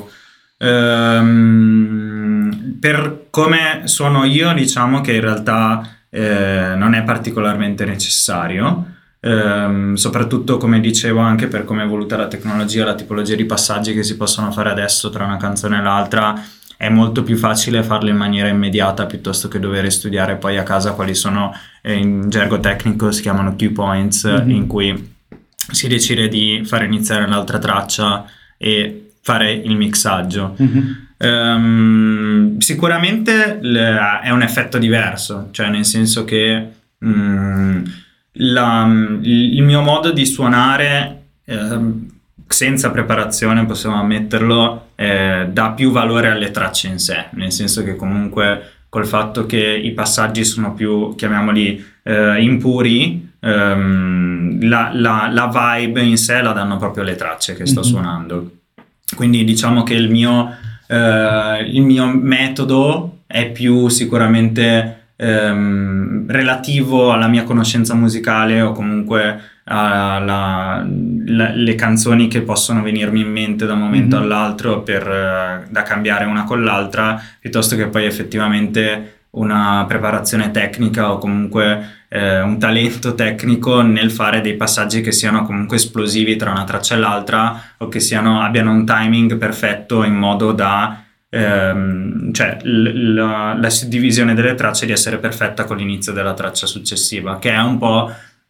Ehm, per come sono io, diciamo che in realtà eh, non è particolarmente necessario. Um, soprattutto, come dicevo, anche per come è evoluta la tecnologia, la tipologia di passaggi che si possono fare adesso tra una canzone e l'altra, è molto più facile farlo in maniera immediata piuttosto che dover studiare poi a casa quali sono, eh, in gergo tecnico si chiamano cue points, mm-hmm. in cui si decide di fare iniziare l'altra traccia e fare il mixaggio. Mm-hmm. Um, sicuramente le, è un effetto diverso, cioè nel senso che um, la, il mio modo di suonare um, senza preparazione, possiamo ammetterlo, eh, dà più valore alle tracce in sé, nel senso che comunque col fatto che i passaggi sono più, chiamiamoli, eh, impuri, ehm, la, la, la vibe in sé la danno proprio le tracce che sto mm-hmm. suonando. Quindi diciamo che il mio, eh, il mio metodo è più sicuramente ehm, relativo alla mia conoscenza musicale o comunque alla, la, le canzoni che possono venirmi in mente da un momento mm-hmm. all'altro per, uh, da cambiare una con l'altra, piuttosto che poi effettivamente una preparazione tecnica o comunque eh, un talento tecnico nel fare dei passaggi che siano comunque esplosivi tra una traccia e l'altra, o che siano, abbiano un timing perfetto in modo da ehm, cioè l- la, la suddivisione delle tracce di essere perfetta con l'inizio della traccia successiva, che è un po'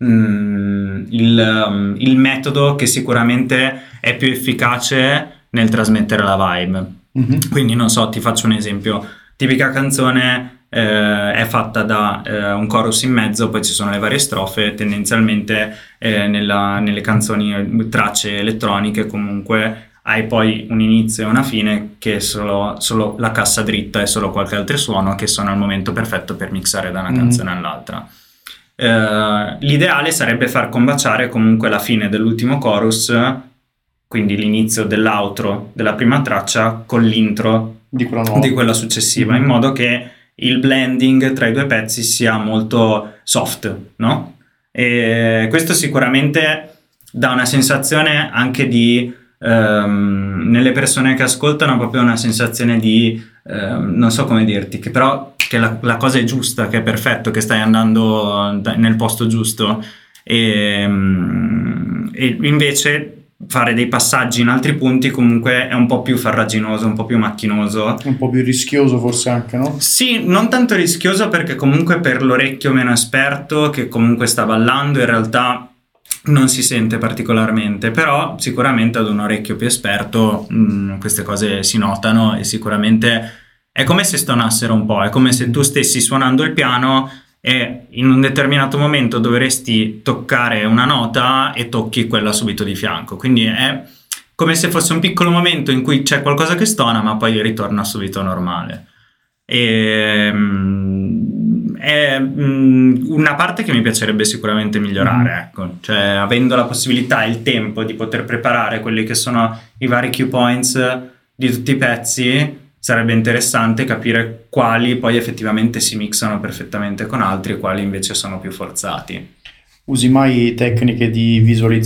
Mm, il, um, il metodo che sicuramente è più efficace nel trasmettere la vibe. Mm-hmm. Quindi non so, ti faccio un esempio: tipica canzone eh, è fatta da eh, un chorus in mezzo, poi ci sono le varie strofe. Tendenzialmente eh, nella, nelle canzoni, tracce elettroniche, comunque hai poi un inizio e una fine che è solo, solo la cassa dritta e solo qualche altro suono, che sono il momento perfetto per mixare da una mm-hmm. canzone all'altra. Uh, l'ideale sarebbe far combaciare comunque la fine dell'ultimo chorus, quindi l'inizio dell'outro della prima traccia, con l'intro di quella, nuova. Di quella successiva, mm-hmm. in modo che il blending tra i due pezzi sia molto soft, no? E questo sicuramente dà una sensazione anche di um, nelle persone che ascoltano, proprio una sensazione di um, non so come dirti, che però che la, la cosa è giusta, che è perfetto, che stai andando nel posto giusto, e, e invece fare dei passaggi in altri punti comunque è un po' più farraginoso, un po' più macchinoso, un po' più rischioso forse anche, no? Sì, non tanto rischioso, perché comunque per l'orecchio meno esperto che comunque sta ballando in realtà non si sente particolarmente, però sicuramente ad un orecchio più esperto mh, queste cose si notano, e sicuramente è come se stonassero un po', è come se tu stessi suonando il piano e in un determinato momento dovresti toccare una nota e tocchi quella subito di fianco, quindi è come se fosse un piccolo momento in cui c'è qualcosa che stona ma poi ritorna subito normale. E, um, è um, una parte che mi piacerebbe sicuramente migliorare, mm. ecco, cioè avendo la possibilità e il tempo di poter preparare quelli che sono i vari cue points di tutti i pezzi, sarebbe interessante capire quali poi effettivamente si mixano perfettamente con altri e quali invece sono più forzati. Usi mai tecniche di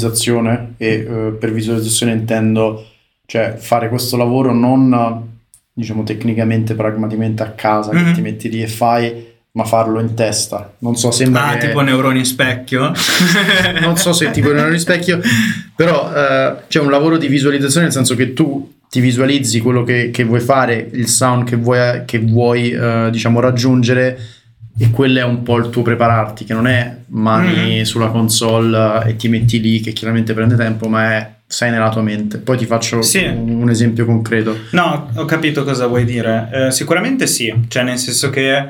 visualizzazione? E uh, per visualizzazione intendo, cioè, fare questo lavoro non diciamo tecnicamente, pragmaticamente a casa, Mm-hmm. che ti metti lì e fai, ma farlo in testa. Non so, sembra Ah, che... tipo neuroni specchio. non so se tipo neuroni specchio, però eh, c'è un lavoro di visualizzazione, nel senso che tu ti visualizzi quello che, che vuoi fare, il sound che vuoi, che vuoi eh, diciamo raggiungere, e quello è un po' il tuo prepararti, che non è mani mm. sulla console e ti metti lì, che chiaramente prende tempo, ma è sei nella tua mente. Poi ti faccio sì. un, un esempio concreto. No, ho capito cosa vuoi dire. Eh, sicuramente sì, cioè nel senso che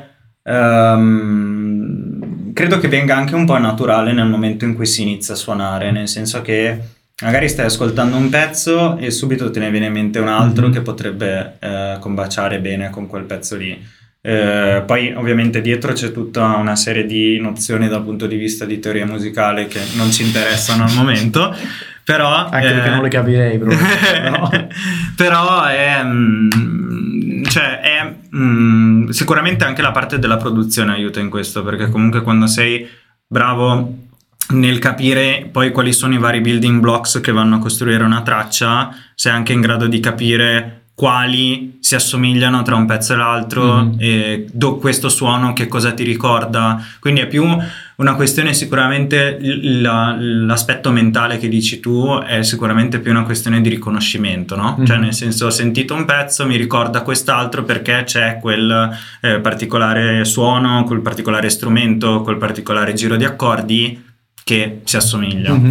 ehm, credo che venga anche un po' naturale nel momento in cui si inizia a suonare, nel senso che magari stai ascoltando un pezzo e subito te ne viene in mente un altro mm-hmm. che potrebbe eh, combaciare bene con quel pezzo lì. Eh, poi ovviamente dietro c'è tutta una serie di nozioni dal punto di vista di teoria musicale che non ci interessano al momento, però anche eh, perché non le capirei però, no? però è, mm, cioè è mm, sicuramente anche la parte della produzione aiuta in questo, perché comunque quando sei bravo nel capire poi quali sono i vari building blocks che vanno a costruire una traccia, sei anche in grado di capire quali si assomigliano tra un pezzo e l'altro, mm-hmm. e do, questo suono che cosa ti ricorda, quindi è più una questione sicuramente, la, l'aspetto mentale che dici tu è sicuramente più una questione di riconoscimento, no? Mm-hmm. Cioè nel senso, ho sentito un pezzo, mi ricorda quest'altro perché c'è quel eh, particolare suono, quel particolare strumento, quel particolare giro di accordi che si assomiglia. Mm-hmm.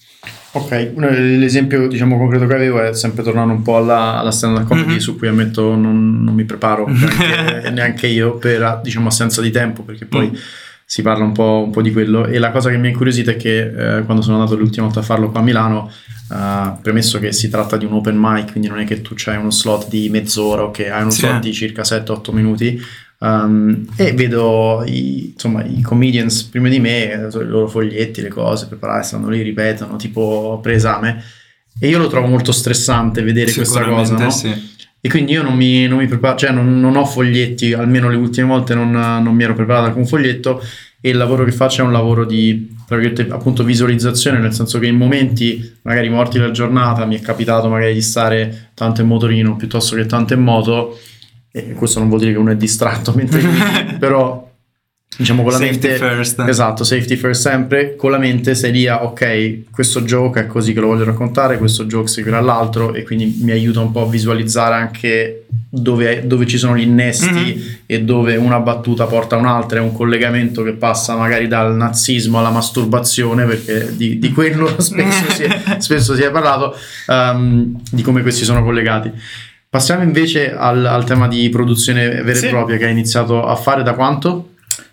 Ok, l'esempio diciamo concreto che avevo è sempre tornando un po' alla, alla stand-up comedy, mm-hmm. su cui ammetto non, non mi preparo neanche, neanche io per diciamo assenza di tempo, perché poi mm. si parla un po', un po' di quello, e la cosa che mi ha incuriosito è che eh, quando sono andato l'ultima volta a farlo qua a Milano, eh, premesso che si tratta di un open mic, quindi non è che tu c'hai uno slot di mezz'ora o che hai uno sì. slot di circa sette otto minuti, Um, e vedo i, insomma, i comedians prima di me, i loro foglietti, le cose preparate, stanno lì, ripetono tipo preesame, e io lo trovo molto stressante vedere questa cosa, no? Sì. E quindi io non mi, non mi preparo, cioè non, non ho foglietti, almeno le ultime volte non, non mi ero preparato alcun foglietto, e il lavoro che faccio è un lavoro di, tra virgolette, appunto visualizzazione, nel senso che in momenti magari morti della giornata mi è capitato magari di stare tanto in motorino piuttosto che tanto in moto, e questo non vuol dire che uno è distratto mentre guidi, però diciamo con la safety mente first. Esatto, safety first sempre, con la mente sei lì a ok, questo joke è così che lo voglio raccontare, questo joke seguirà l'altro, e quindi mi aiuta un po' a visualizzare anche dove, dove ci sono gli innesti, mm-hmm. e dove una battuta porta a un'altra, è un collegamento che passa magari dal nazismo alla masturbazione, perché di, di quello spesso si è, spesso si è parlato, um, di come questi sono collegati. Passiamo invece al, al tema di produzione vera sì. e propria, che hai iniziato a fare da quanto?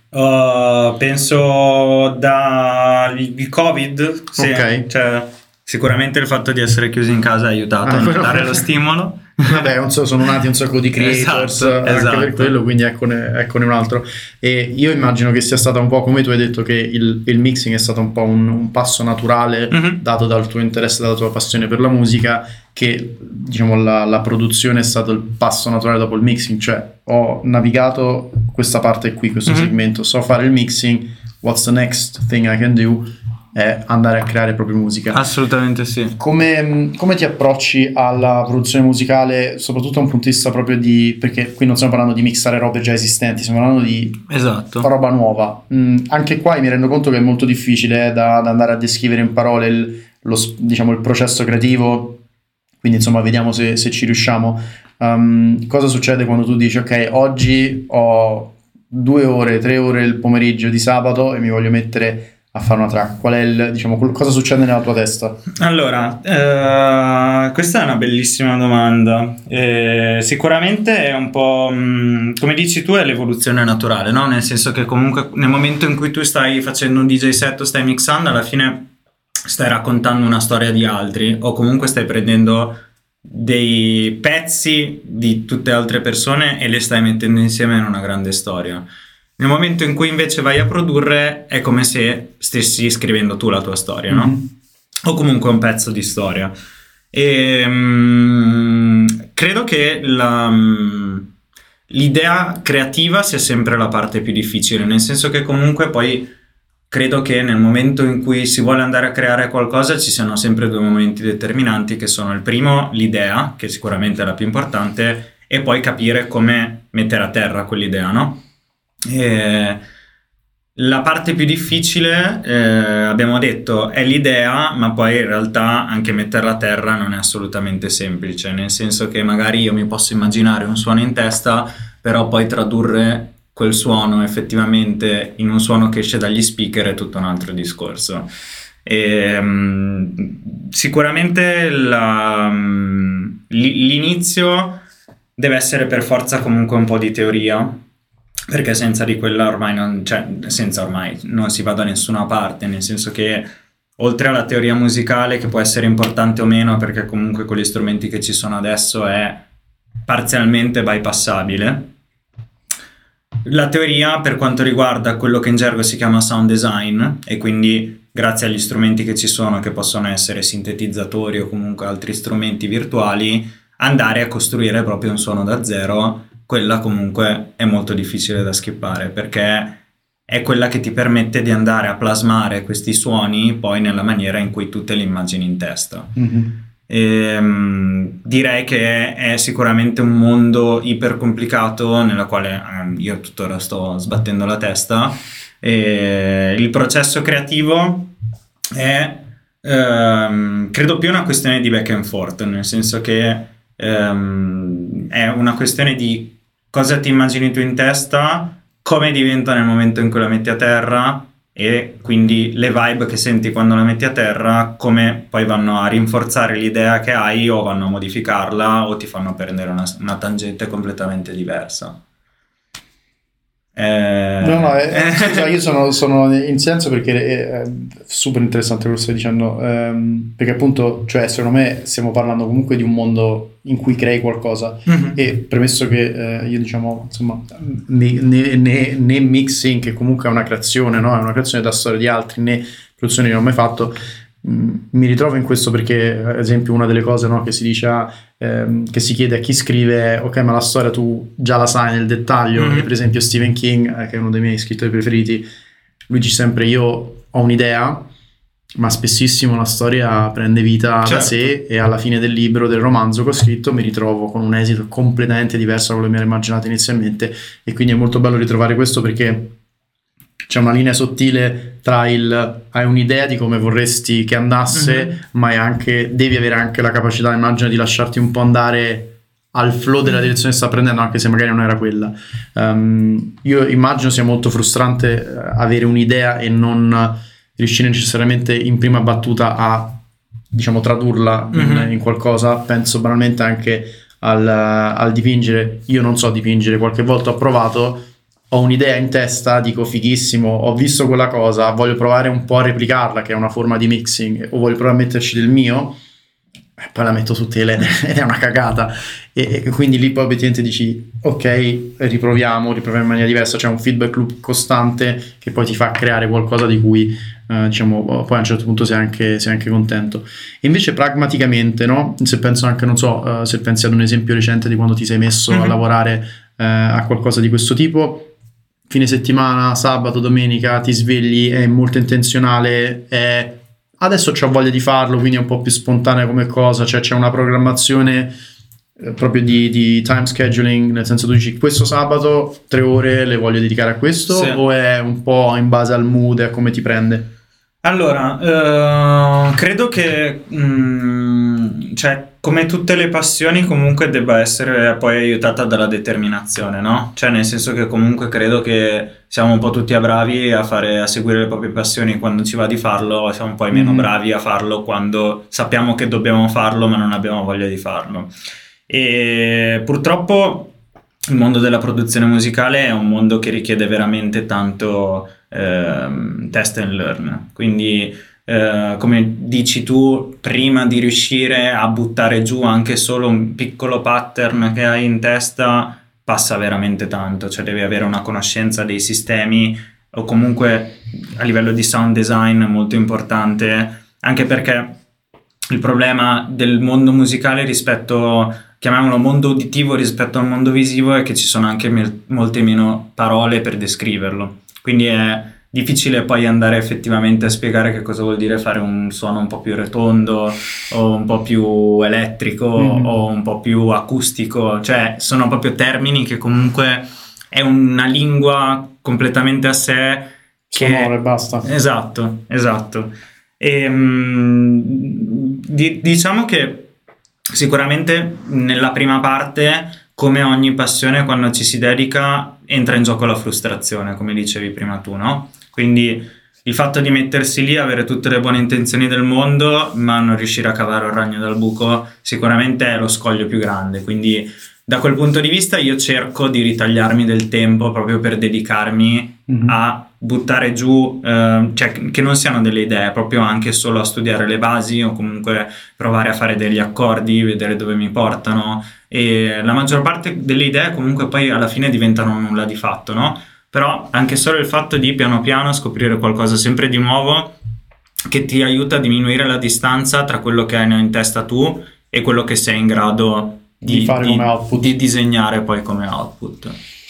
Uh, penso da il Covid, sì. Okay. Cioè, sicuramente il fatto di essere chiusi in casa ha aiutato ah, a non dare lo stimolo. Vabbè, non so, sono nati un sacco di creators, esatto, anche esatto. per quello, quindi eccone, eccone un altro. E io immagino che sia stata un po' come tu hai detto, che il, il mixing è stato un po' un, un passo naturale, mm-hmm. dato dal tuo interesse, dalla tua passione per la musica, che diciamo la, la produzione è stato il passo naturale dopo il mixing, cioè ho navigato questa parte qui, questo mm-hmm. segmento, so fare il mixing, what's the next thing I can do? È andare a creare proprio musica. Assolutamente sì. Come, come ti approcci alla produzione musicale, soprattutto da un punto di vista proprio di, perché qui non stiamo parlando di mixare robe già esistenti, stiamo parlando di esatto. roba nuova. Mm, anche qua mi rendo conto che è molto difficile eh, da, da andare a descrivere in parole il, lo, diciamo, il processo creativo, quindi insomma vediamo se, se ci riusciamo. Um, cosa succede quando tu dici ok, oggi ho due ore, tre ore il pomeriggio di sabato e mi voglio mettere a fare una track? Qual è il, diciamo, cosa succede nella tua testa? Allora, eh, questa è una bellissima domanda. Eh, sicuramente è un po' mh, come dici tu, è l'evoluzione naturale, no? Nel senso che comunque nel momento in cui tu stai facendo un D J set o stai mixando, alla fine stai raccontando una storia di altri, o comunque stai prendendo dei pezzi di tutte altre persone e le stai mettendo insieme in una grande storia. Nel momento in cui invece vai a produrre è come se stessi scrivendo tu la tua storia, no? Mm-hmm. O comunque un pezzo di storia. E mh, credo che la, mh, l'idea creativa sia sempre la parte più difficile, nel senso che comunque poi credo che nel momento in cui si vuole andare a creare qualcosa ci siano sempre due momenti determinanti, che sono il primo, l'idea, che sicuramente è la più importante, e poi capire come mettere a terra quell'idea, no? E la parte più difficile, eh, abbiamo detto, è l'idea, ma poi in realtà anche metterla a terra non è assolutamente semplice, nel senso che magari io mi posso immaginare un suono in testa, però poi tradurre quel suono effettivamente in un suono che esce dagli speaker è tutto un altro discorso. E, um, sicuramente la, um, l'inizio deve essere per forza comunque un po' di teoria, perché senza di quella ormai non, cioè senza ormai non si va da nessuna parte, nel senso che oltre alla teoria musicale, che può essere importante o meno, perché comunque con gli strumenti che ci sono adesso è parzialmente bypassabile, la teoria per quanto riguarda quello che in gergo si chiama sound design, e quindi grazie agli strumenti che ci sono, che possono essere sintetizzatori o comunque altri strumenti virtuali, andare a costruire proprio un suono da zero, quella comunque è molto difficile da skippare, perché è quella che ti permette di andare a plasmare questi suoni poi nella maniera in cui tu te li immagini in testa. Mm-hmm. E, um, direi che è, è sicuramente un mondo iper complicato nella quale um, io tuttora sto sbattendo la testa. E il processo creativo è um, credo più una questione di back and forth, nel senso che um, è una questione di cosa ti immagini tu in testa, come diventa nel momento in cui la metti a terra, e quindi le vibe che senti quando la metti a terra, come poi vanno a rinforzare l'idea che hai o vanno a modificarla o ti fanno prendere una, una tangente completamente diversa. Eh... No, no, eh, scusa, io sono, sono in senso perché è, è super interessante quello che stai dicendo, ehm, perché appunto, cioè, secondo me stiamo parlando comunque di un mondo in cui crei qualcosa, mm-hmm. e premesso che eh, io diciamo, insomma, né, né, né, né mixing, che comunque è una creazione, no? È una creazione da storia di altri, né produzioni che non ho mai fatto, mh, mi ritrovo in questo perché, ad esempio, una delle cose, no, che si dice a Ehm, che si chiede a chi scrive, ok, ma la storia tu già la sai nel dettaglio, mm-hmm. e per esempio Stephen King, eh, che è uno dei miei scrittori preferiti, lui dice sempre: io ho un'idea, ma spessissimo la storia prende vita, certo, da sé, e alla fine del libro, del romanzo che ho scritto, mi ritrovo con un esito completamente diverso da quello che mi ero immaginato inizialmente, e quindi è molto bello ritrovare questo, perché c'è una linea sottile tra il hai un'idea di come vorresti che andasse, mm-hmm. ma è anche, devi avere anche la capacità, immagino, di lasciarti un po' andare al flow della direzione che sta prendendo, anche se magari non era quella. Um, io immagino sia molto frustrante avere un'idea e non riuscire necessariamente in prima battuta a, diciamo, tradurla, mm-hmm. in, in qualcosa. Penso banalmente anche al, al dipingere. Io non so dipingere, qualche volta ho provato, ho un'idea in testa, dico fighissimo, ho visto quella cosa, voglio provare un po' a replicarla, che è una forma di mixing, o voglio provare a metterci del mio, e poi la metto su tele ed è una cagata, e, e quindi lì poi obiettivamente dici ok, riproviamo, riproviamo in maniera diversa, c'è un feedback loop costante che poi ti fa creare qualcosa di cui eh, diciamo poi a un certo punto sei anche, sei anche contento. E invece pragmaticamente, no? Se penso anche, non so, uh, se pensi ad un esempio recente di quando ti sei messo mm-hmm. a lavorare uh, a qualcosa di questo tipo, fine settimana, sabato, domenica, ti svegli, è molto intenzionale, è adesso c'ho voglia di farlo, quindi è un po' più spontanea come cosa, cioè c'è una programmazione eh, proprio di, di time scheduling, nel senso tu dici questo sabato tre ore le voglio dedicare a questo, sì. O è un po' in base al mood e a come ti prende? Allora, uh, credo che mh, cioè, come tutte le passioni comunque debba essere poi aiutata dalla determinazione, no? Cioè, nel senso che comunque credo che siamo un po' tutti bravi a fare, a seguire le proprie passioni quando ci va di farlo, siamo poi meno mm. bravi a farlo quando sappiamo che dobbiamo farlo ma non abbiamo voglia di farlo. E purtroppo il mondo della produzione musicale è un mondo che richiede veramente tanto eh, test and learn, quindi eh, come dici tu, prima di riuscire a buttare giù anche solo un piccolo pattern che hai in testa passa veramente tanto, cioè devi avere una conoscenza dei sistemi o comunque a livello di sound design molto importante, anche perché il problema del mondo musicale rispetto, chiamiamolo mondo uditivo rispetto al mondo visivo, è che ci sono anche me- molte meno parole per descriverlo, quindi è difficile poi andare effettivamente a spiegare che cosa vuol dire fare un suono un po' più rotondo o un po' più elettrico mm. o un po' più acustico, cioè sono proprio termini che comunque è una lingua completamente a sé che... sonore, basta. Esatto, esatto. E, um, di, diciamo che sicuramente nella prima parte, come ogni passione, quando ci si dedica entra in gioco la frustrazione, come dicevi prima tu, no? Quindi il fatto di mettersi lì, avere tutte le buone intenzioni del mondo, ma non riuscire a cavare un ragno dal buco, sicuramente è lo scoglio più grande. Quindi da quel punto di vista io cerco di ritagliarmi del tempo proprio per dedicarmi mm-hmm. a buttare giù, eh, cioè che non siano delle idee, proprio anche solo a studiare le basi o comunque provare a fare degli accordi, vedere dove mi portano, e la maggior parte delle idee comunque poi alla fine diventano nulla di fatto, no? Però anche solo il fatto di piano piano scoprire qualcosa sempre di nuovo che ti aiuta a diminuire la distanza tra quello che hai in testa tu e quello che sei in grado di, di fare di, come output, di disegnare poi come output.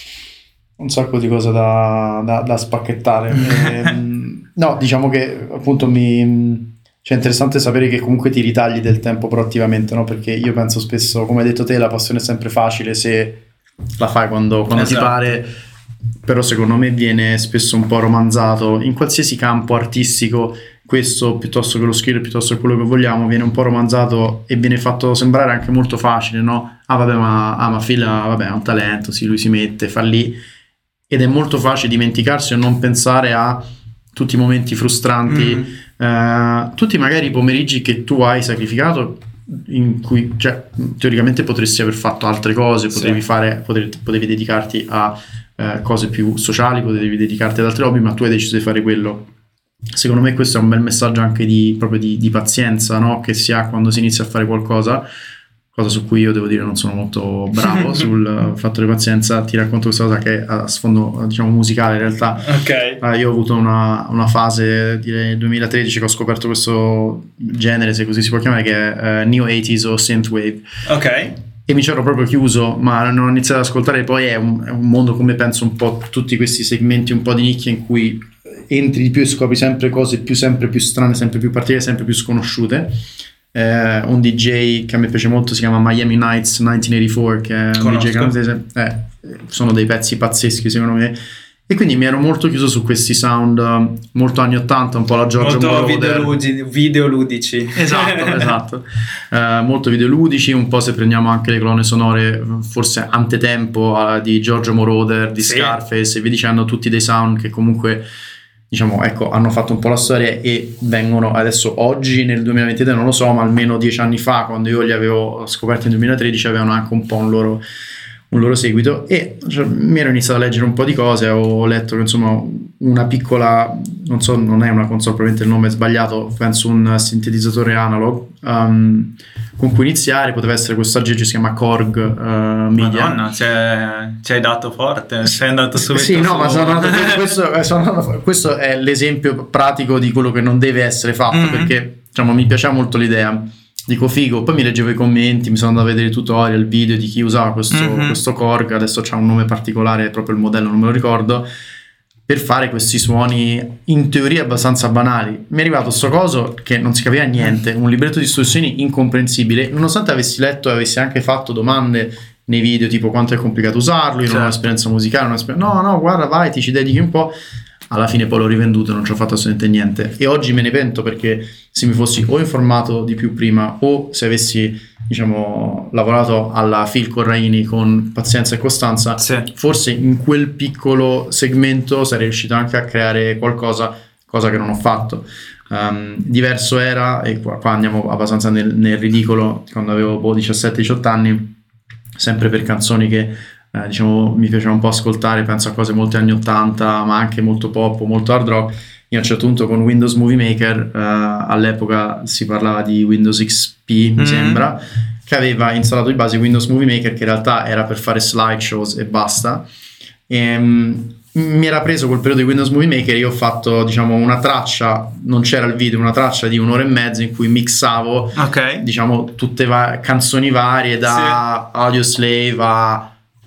Un sacco di cose da, da, da spacchettare. e, no, diciamo che appunto mi cioè, è interessante sapere che comunque ti ritagli del tempo proattivamente, no? Perché io penso spesso, come hai detto te, la passione è sempre facile se la fai quando, quando esatto. ti pare, però secondo me viene spesso un po' romanzato in qualsiasi campo artistico. Questo piuttosto che lo skill, piuttosto che quello che vogliamo, viene un po' romanzato e viene fatto sembrare anche molto facile, no? Ah vabbè, ma, ah, ma Phil vabbè, ha un talento, sì, lui si mette, fa lì, ed è molto facile dimenticarsi o non pensare a tutti i momenti frustranti, mm. eh, tutti magari i pomeriggi che tu hai sacrificato, in cui cioè, teoricamente potresti aver fatto altre cose, potevi, sì. fare, potevi, potevi dedicarti a eh, cose più sociali, potevi dedicarti ad altri hobby, ma tu hai deciso di fare quello. Secondo me questo è un bel messaggio anche di, proprio di, di pazienza, no? Che si ha quando si inizia a fare qualcosa, cosa su cui io devo dire non sono molto bravo sul fatto di pazienza. Ti racconto questa cosa che è a sfondo, diciamo, musicale in realtà. Okay. Uh, io ho avuto una, una fase, direi nel duemilatredici, che ho scoperto questo genere, se così si può chiamare, che è uh, Neo ottanta o Synthwave. Ok. E mi c'ero proprio chiuso, ma non ho iniziato ad ascoltare. Poi è un, è un mondo, come penso un po' tutti questi segmenti un po' di nicchia, in cui entri di più e scopri sempre cose più sempre più strane, sempre più particolari, sempre più sconosciute. Eh, un D J che a me piace molto si chiama Miami Nights millenovecentoottantaquattro, che è un Conosco. D J canadese. Eh, sono dei pezzi pazzeschi secondo me, e quindi mi ero molto chiuso su questi sound uh, molto anni ottanta, un po' la Giorgio molto Moroder, videoludi- videoludici. Esatto, esatto. Uh, molto videoludici, un po' se prendiamo anche le colonne sonore forse antetempo uh, di Giorgio Moroder, di sì. Scarface e via dicendo, tutti dei sound che comunque, diciamo, ecco, hanno fatto un po' la storia e vengono adesso oggi nel duemilaventitré, non lo so, ma almeno dieci anni fa, quando io li avevo scoperti nel duemilatredici, avevano anche un po' un loro, un loro seguito. E cioè, mi ero iniziato a leggere un po' di cose, ho letto che insomma una piccola, non so, non è una console, probabilmente il nome è sbagliato, penso un sintetizzatore analog, um, con cui iniziare poteva essere questo aggeggio, si chiama Korg uh, Media. Madonna, ci hai dato forte, sei andato subito. Sì, no, su... ma sono andato, questo, sono, questo è l'esempio pratico di quello che non deve essere fatto, mm-hmm. perché diciamo mi piaceva molto l'idea. Dico figo, poi mi leggevo i commenti, mi sono andato a vedere i tutorial, video di chi usava questo, mm-hmm. questo Korg, adesso c'ha un nome particolare, proprio il modello non me lo ricordo, per fare questi suoni in teoria abbastanza banali. Mi è arrivato sto coso che non si capiva niente, un libretto di istruzioni incomprensibile, nonostante avessi letto e avessi anche fatto domande nei video tipo quanto è complicato usarlo, io certo. non ho un'esperienza musicale, non ho esperienza... no no guarda vai, ti ci dedichi un po'. Alla fine poi l'ho rivenduto e non ci ho fatto assolutamente niente, e oggi me ne pento, perché se mi fossi o informato di più prima, o se avessi, diciamo, lavorato alla Phil Corraini con pazienza e costanza, sì. forse in quel piccolo segmento sarei riuscito anche a creare qualcosa, cosa che non ho fatto. Um, diverso era, e qua, qua andiamo abbastanza nel, nel ridicolo, quando avevo boh, diciassette diciotto anni, sempre per canzoni che Eh, diciamo mi piaceva un po' ascoltare, penso a cose molto anni ottanta, ma anche molto pop, molto hard rock. Io a un certo punto con Windows Movie Maker, eh, all'epoca si parlava di Windows X P, mi mm. sembra, che aveva installato di base Windows Movie Maker, che in realtà era per fare slideshows e basta. E, um, mi era preso quel periodo di Windows Movie Maker, io ho fatto, diciamo, una traccia, non c'era il video, una traccia di un'ora e mezza in cui mixavo, okay. diciamo, tutte va- canzoni varie, da sì. Audioslave a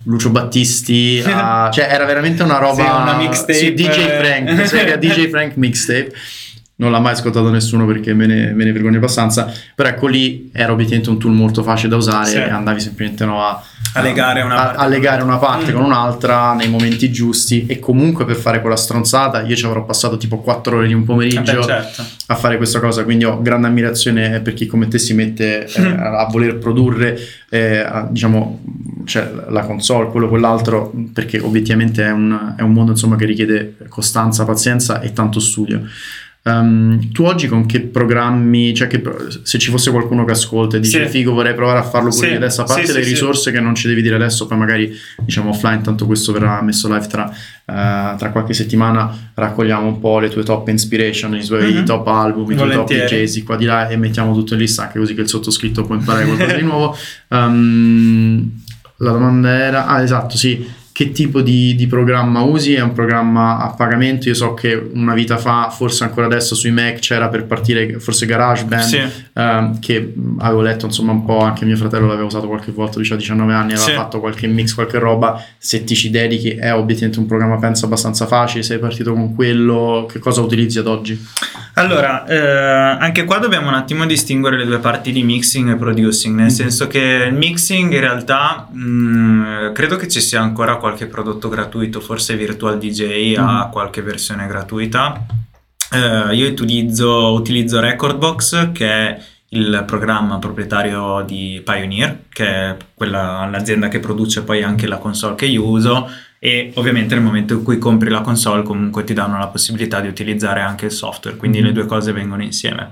Lucio Battisti a... cioè era veramente una roba, sì, una mixtape, sì, D J Frank, sega D J Frank mixtape. Non l'ha mai ascoltato nessuno perché me ne, me ne vergogno abbastanza, però ecco lì era obiettivamente un tool molto facile da usare, sì. E andavi semplicemente no, a, a legare una a, parte, a legare una parte mm. con un'altra nei momenti giusti, e comunque per fare quella stronzata io ci avrò passato tipo quattro ore di un pomeriggio eh beh, certo. a fare questa cosa, quindi ho grande ammirazione per chi come te si mette eh, a voler produrre eh, a, diciamo cioè, la console, quello quell'altro, perché obiettivamente è un, è un mondo insomma che richiede costanza, pazienza e tanto studio. Um, tu oggi con che programmi, cioè che, se ci fosse qualcuno che ascolta e dice sì. figo vorrei provare a farlo pure sì. adesso, a parte sì, le sì, risorse sì. che non ci devi dire adesso, poi magari diciamo offline, tanto questo verrà messo live tra, uh, tra qualche settimana, raccogliamo un po' le tue top inspiration, i tuoi mm-hmm. top album, i tuoi top D Js qua di là e mettiamo tutto in lista, anche così che il sottoscritto può imparare qualcosa di nuovo. Um, la domanda era, ah esatto sì, che tipo di, di programma usi? È un programma a pagamento? Io so che una vita fa, forse ancora adesso sui Mac c'era per partire forse GarageBand, sì. ehm, che avevo letto insomma un po', anche mio fratello l'aveva usato qualche volta, lui ha diciannove anni, aveva sì. fatto qualche mix, qualche roba. Se ti ci dedichi è obiettivamente un programma penso abbastanza facile, sei partito con quello, che cosa utilizzi ad oggi? Allora, eh, anche qua dobbiamo un attimo distinguere le due parti di mixing e producing, nel mm. senso che il mixing in realtà mh, credo che ci sia ancora qualche prodotto gratuito, forse Virtual D J mm. ha qualche versione gratuita. Eh, io utilizzo, utilizzo Recordbox, che è il programma proprietario di Pioneer, che è quella, l'azienda che produce poi anche la console che io uso, e ovviamente nel momento in cui compri la console comunque ti danno la possibilità di utilizzare anche il software, quindi mm. le due cose vengono insieme.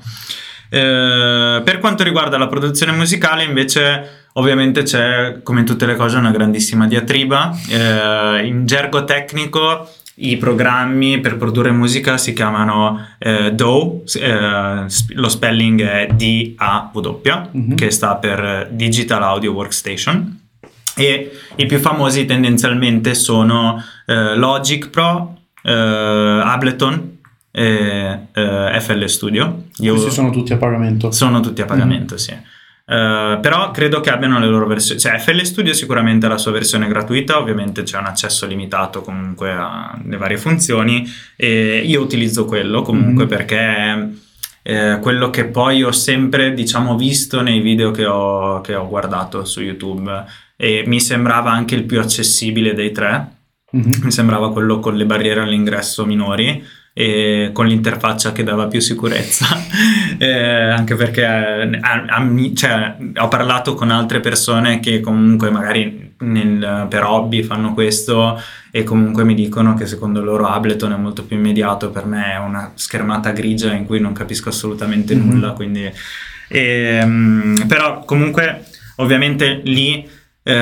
Eh, per quanto riguarda la produzione musicale invece ovviamente c'è, come in tutte le cose, una grandissima diatriba. Eh, in gergo tecnico i programmi per produrre musica si chiamano eh, D A W, eh, lo spelling è D A W, mm-hmm. che sta per Digital Audio Workstation, e i più famosi tendenzialmente sono eh, Logic Pro, eh, Ableton e eh, F L Studio. Io Questi sono tutti a pagamento? Sono tutti a pagamento, mm. sì. Uh, però credo che abbiano le loro versioni, cioè F L Studio sicuramente ha la sua versione gratuita, ovviamente c'è un accesso limitato comunque alle varie funzioni, e io utilizzo quello comunque mm-hmm. perché è quello che poi ho sempre diciamo visto nei video che ho, che ho guardato su YouTube, e mi sembrava anche il più accessibile dei tre, mm-hmm. mi sembrava quello con le barriere all'ingresso minori e con l'interfaccia che dava più sicurezza, eh, anche perché a, a, cioè, ho parlato con altre persone che comunque magari nel, per hobby fanno questo, e comunque mi dicono che secondo loro Ableton è molto più immediato. Per me è una schermata grigia in cui non capisco assolutamente mm-hmm. nulla, quindi e, però comunque ovviamente lì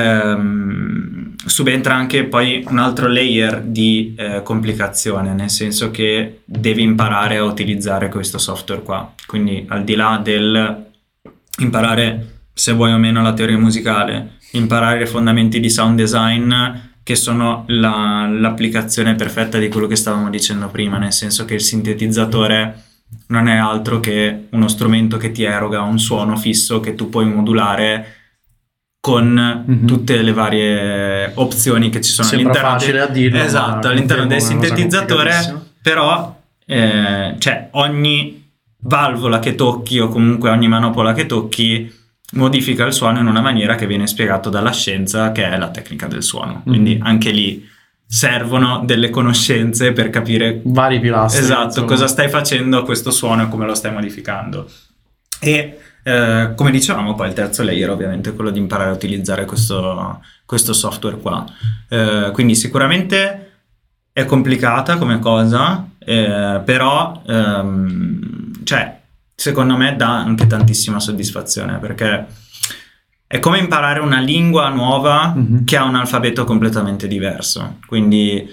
ehm, subentra anche poi un altro layer di eh, complicazione, nel senso che devi imparare a utilizzare questo software qua, quindi al di là del imparare se vuoi o meno la teoria musicale, imparare i fondamenti di sound design, che sono la, l'applicazione perfetta di quello che stavamo dicendo prima, nel senso che il sintetizzatore non è altro che uno strumento che ti eroga un suono fisso che tu puoi modulare con mm-hmm. tutte le varie opzioni che ci sono. Sembra all'interno facile de- a dirlo, esatto, all'interno del sintetizzatore, però eh, cioè ogni valvola che tocchi o comunque ogni manopola che tocchi modifica il suono in una maniera che viene spiegato dalla scienza, che è la tecnica del suono. Mm-hmm. Quindi anche lì servono delle conoscenze per capire vari pilastri, esatto, insomma, cosa stai facendo a questo suono e come lo stai modificando. E eh, come dicevamo, poi il terzo layer ovviamente è quello di imparare a utilizzare questo, questo software qua. Eh, quindi sicuramente è complicata come cosa, eh, però ehm, cioè secondo me dà anche tantissima soddisfazione, perché è come imparare una lingua nuova mm-hmm. che ha un alfabeto completamente diverso, quindi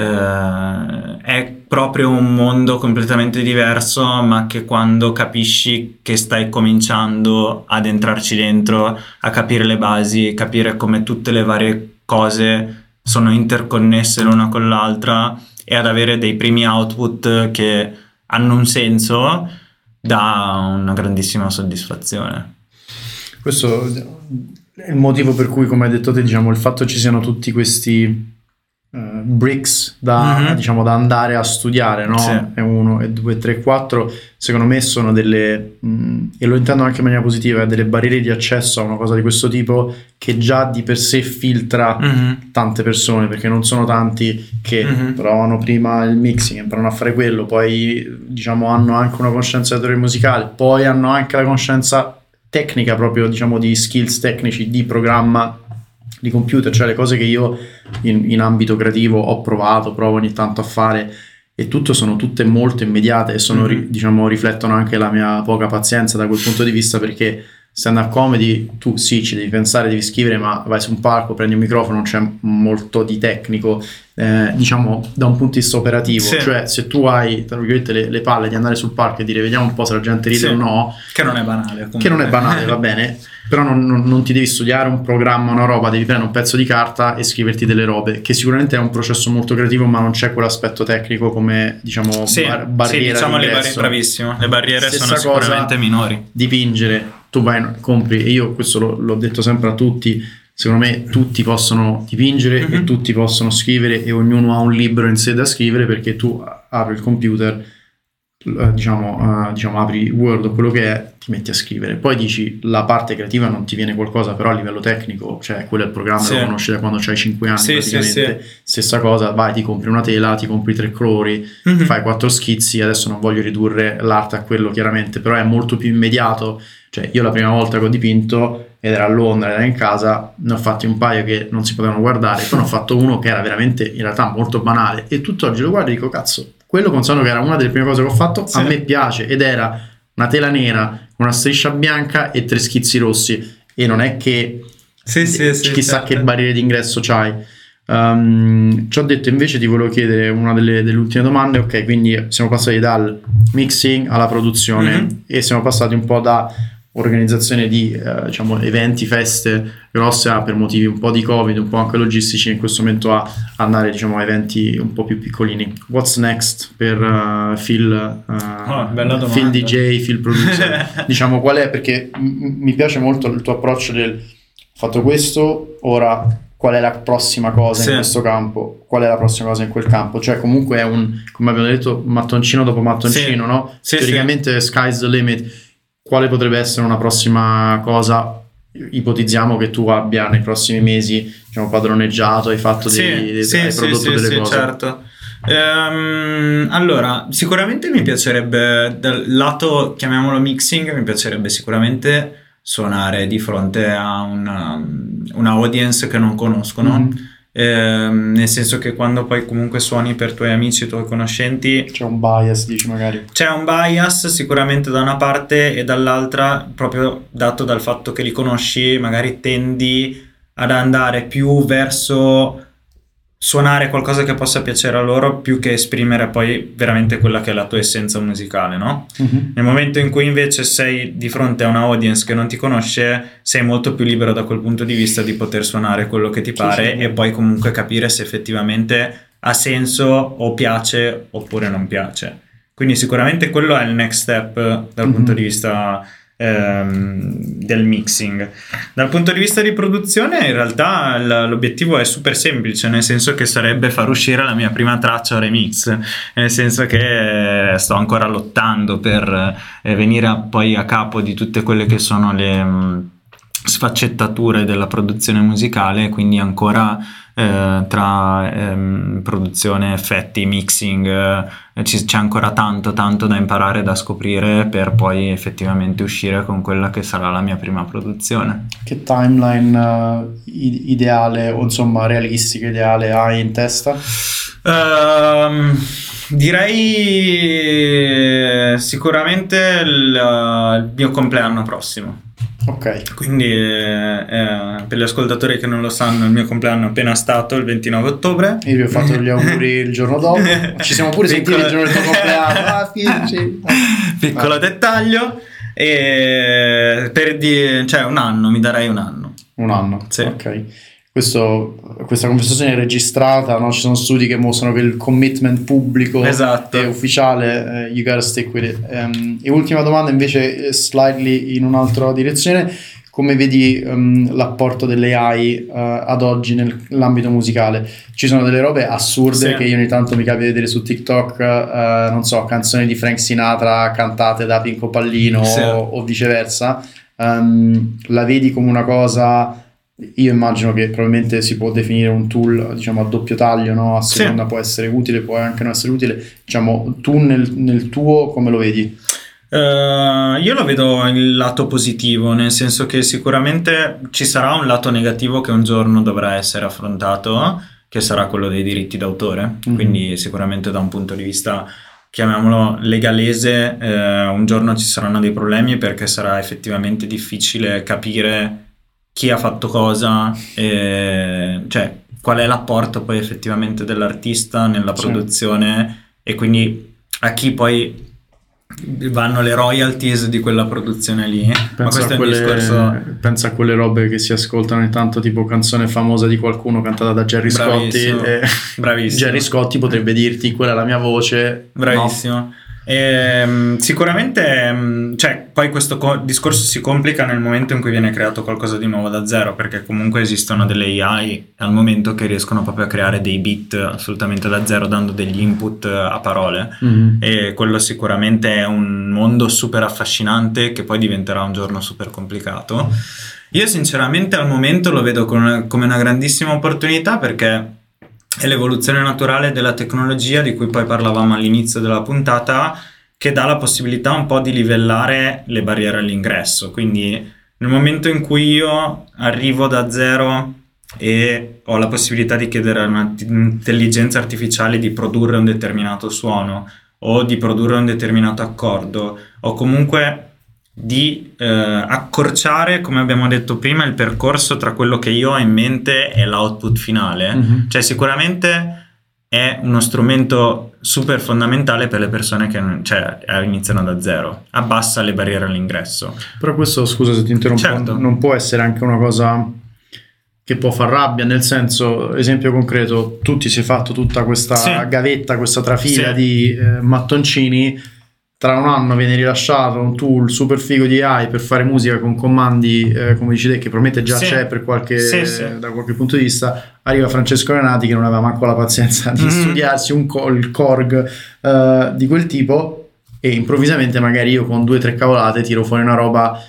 eh, è proprio un mondo completamente diverso, ma che quando capisci che stai cominciando ad entrarci dentro, a capire le basi, capire come tutte le varie cose sono interconnesse l'una con l'altra, e ad avere dei primi output che hanno un senso, dà una grandissima soddisfazione. Questo il motivo per cui, come hai detto te, diciamo, il fatto che ci siano tutti questi uh, bricks da, mm-hmm. diciamo, da andare a studiare, no? Sì. E uno, e due, tre, quattro, secondo me sono delle, mh, e lo intendo anche in maniera positiva, delle barriere di accesso a una cosa di questo tipo che già di per sé filtra mm-hmm. tante persone, perché non sono tanti che mm-hmm. provano prima il mixing, imparano a fare quello, poi diciamo hanno anche una conoscenza di teoria musicale, poi hanno anche la conoscenza tecnica, proprio diciamo di skills tecnici di programma di computer, cioè le cose che io in, in ambito creativo ho provato, provo ogni tanto a fare, e tutto sono tutte molto immediate e sono mm-hmm. ri, diciamo riflettono anche la mia poca pazienza da quel punto di vista, perché stand up comedy tu sì ci devi pensare, devi scrivere, ma vai su un palco, prendi un microfono, non c'è molto di tecnico, eh, diciamo da un punto di vista operativo, sì. Cioè se tu hai tra virgolette le, le palle di andare sul palco e dire vediamo un po' se la gente ride sì. o no, che non è banale comunque. Che non è banale, va bene, però non, non, non ti devi studiare un programma, una roba, devi prendere un pezzo di carta e scriverti delle robe, che sicuramente è un processo molto creativo, ma non c'è quell'aspetto tecnico come diciamo sì, bar- barriera sì, diciamo d'ingresso. le barriere, bravissimo, le barriere Stessa sono sicuramente cosa, minori. Dipingere, tu vai, compri, e io questo lo, l'ho detto sempre a tutti, secondo me tutti possono dipingere mm-hmm. e tutti possono scrivere, e ognuno ha un libro in sé da scrivere, perché tu apri il computer, diciamo, uh, diciamo apri Word o quello che è, ti metti a scrivere, poi dici la parte creativa non ti viene qualcosa, però a livello tecnico, cioè quello è il programma, sì. Lo conosci da quando c'hai cinque anni sì, praticamente, sì, sì. Stessa cosa, vai, ti compri una tela, ti compri tre colori, mm-hmm. fai quattro schizzi, adesso non voglio ridurre l'arte a quello chiaramente, però è molto più immediato, cioè io la prima volta che ho dipinto ed era a Londra, era in casa, ne ho fatti un paio che non si potevano guardare, poi ne ho fatto uno che era veramente in realtà molto banale, e tutt'oggi lo guardo e dico cazzo, quello considero che era una delle prime cose che ho fatto, sì. A me piace, ed era una tela nera, una striscia bianca e tre schizzi rossi, e non è che sì, sì, sì, chissà certo. che barriere d'ingresso c'hai. Um, ci ho detto invece, ti volevo chiedere una delle, delle ultime domande. Ok, quindi siamo passati dal mixing alla produzione, mm-hmm. e siamo passati un po' da organizzazione di eh, diciamo eventi, feste grosse, a, per motivi un po' di Covid, un po' anche logistici in questo momento, a andare diciamo a eventi un po' più piccolini. What's next per uh, Phil, uh, oh, bella Phil D J, Phil producer? Diciamo qual è, perché m- mi piace molto il tuo approccio del fatto questo, ora qual è la prossima cosa sì. in questo campo, qual è la prossima cosa in quel campo, cioè comunque è un, come abbiamo detto, mattoncino dopo mattoncino, sì. no? Sì, teoricamente sì. Sky's the limit. Quale potrebbe essere una prossima cosa, ipotizziamo, che tu abbia nei prossimi mesi, diciamo, padroneggiato, hai fatto sì, dei, sì, hai sì, prodotto sì, delle sì, cose? Certo. Ehm, allora, sicuramente mi piacerebbe, dal lato, chiamiamolo mixing, mi piacerebbe sicuramente suonare di fronte a una, una audience che non conoscono. Mm. Eh, nel senso che quando poi comunque suoni per tuoi amici, i tuoi conoscenti, c'è un bias, dici magari c'è un bias sicuramente da una parte, e dall'altra proprio dato dal fatto che li conosci magari tendi ad andare più verso suonare qualcosa che possa piacere a loro, più che esprimere poi veramente quella che è la tua essenza musicale, no? Mm-hmm. Nel momento in cui invece sei di fronte a una audience che non ti conosce, sei molto più libero da quel punto di vista di poter suonare quello che ti pare, sì, sì. E poi comunque capire se effettivamente ha senso o piace oppure non piace. Quindi sicuramente quello è il next step dal mm-hmm. punto di vista ehm, del mixing. Dal punto di vista di produzione in realtà l- l'obiettivo è super semplice, nel senso che sarebbe far uscire la mia prima traccia remix, nel senso che sto ancora lottando per eh, venire a, poi a capo di tutte quelle che sono le mh, sfaccettature della produzione musicale, quindi ancora eh, tra ehm, produzione, effetti, mixing eh, c- c'è ancora tanto tanto da imparare, da scoprire, per poi effettivamente uscire con quella che sarà la mia prima produzione. Che timeline uh, ideale o insomma realistica ideale hai in testa? Um, direi sicuramente il, il mio compleanno prossimo. Ok. Quindi eh, eh, per gli ascoltatori che non lo sanno, il mio compleanno è appena stato il ventinove ottobre. Io vi ho fatto gli auguri il giorno dopo. Ci siamo pure sentiti il giorno del tuo compleanno. Ah, sì. Piccolo ah. dettaglio. E per di, cioè un anno, mi darei un anno. Un anno? Sì. Ok. Questo, questa conversazione è registrata, no? Ci sono studi che mostrano che il commitment pubblico esatto. è ufficiale, uh, you gotta stick with it. Um, e ultima domanda invece, slightly in un'altra direzione, come vedi um, l'apporto delle A I uh, ad oggi nell'ambito musicale? Ci sono delle robe assurde, sì, che io ogni tanto mi capita di vedere su TikTok, uh, non so, canzoni di Frank Sinatra cantate da Pinco Pallino, sì, o, o viceversa. Um, la vedi come una cosa, io immagino che probabilmente si può definire un tool, diciamo, a doppio taglio, no? A seconda, sì, può essere utile, può anche non essere utile. Diciamo, tu nel, nel tuo come lo vedi? Uh, io lo vedo il lato positivo, nel senso che sicuramente ci sarà un lato negativo che un giorno dovrà essere affrontato, che sarà quello dei diritti d'autore. Mm-hmm. Quindi sicuramente da un punto di vista, chiamiamolo legalese, eh, un giorno ci saranno dei problemi, perché sarà effettivamente difficile capire chi ha fatto cosa, e, cioè qual è l'apporto poi effettivamente dell'artista nella produzione, sì, e quindi a chi poi vanno le royalties di quella produzione lì. Pensa, ma questo a quelle, è un discorso... pensa a quelle robe che si ascoltano ogni tanto, tipo canzone famosa di qualcuno cantata da Gerry Bravissimo. Scotti, e Bravissimo. Gerry Scotti potrebbe dirti quella è la mia voce. Bravissimo, no? E, sicuramente, cioè, poi questo co- discorso si complica nel momento in cui viene creato qualcosa di nuovo da zero, perché comunque esistono delle A I al momento che riescono proprio a creare dei beat assolutamente da zero, dando degli input a parole. Mm-hmm. E quello sicuramente è un mondo super affascinante che poi diventerà un giorno super complicato. Io sinceramente al momento lo vedo come una, come una grandissima opportunità, perché è l'evoluzione naturale della tecnologia, di cui poi parlavamo all'inizio della puntata, che dà la possibilità un po' di livellare le barriere all'ingresso. Quindi nel momento in cui io arrivo da zero e ho la possibilità di chiedere a un'intelligenza artificiale di produrre un determinato suono o di produrre un determinato accordo, o comunque di eh, accorciare, come abbiamo detto prima, il percorso tra quello che io ho in mente e l'output finale. Mm-hmm. Cioè sicuramente è uno strumento super fondamentale per le persone che, cioè, iniziano da zero, abbassa le barriere all'ingresso. Però questo, scusa se ti interrompo, certo, non può essere anche una cosa che può far rabbia, nel senso, esempio concreto, tu ti sei fatto tutta questa, sì, gavetta, questa trafila, sì, di eh, mattoncini. Tra un anno viene rilasciato un tool super figo di A I per fare musica con comandi, eh, come dici te, che probabilmente già, sì, c'è per qualche, sì, sì, da qualche punto di vista. Arriva Francesco Renati che non aveva manco la pazienza di mm-hmm. studiarsi un co- il Korg uh, di quel tipo, e improvvisamente magari io con due o tre cavolate tiro fuori una roba,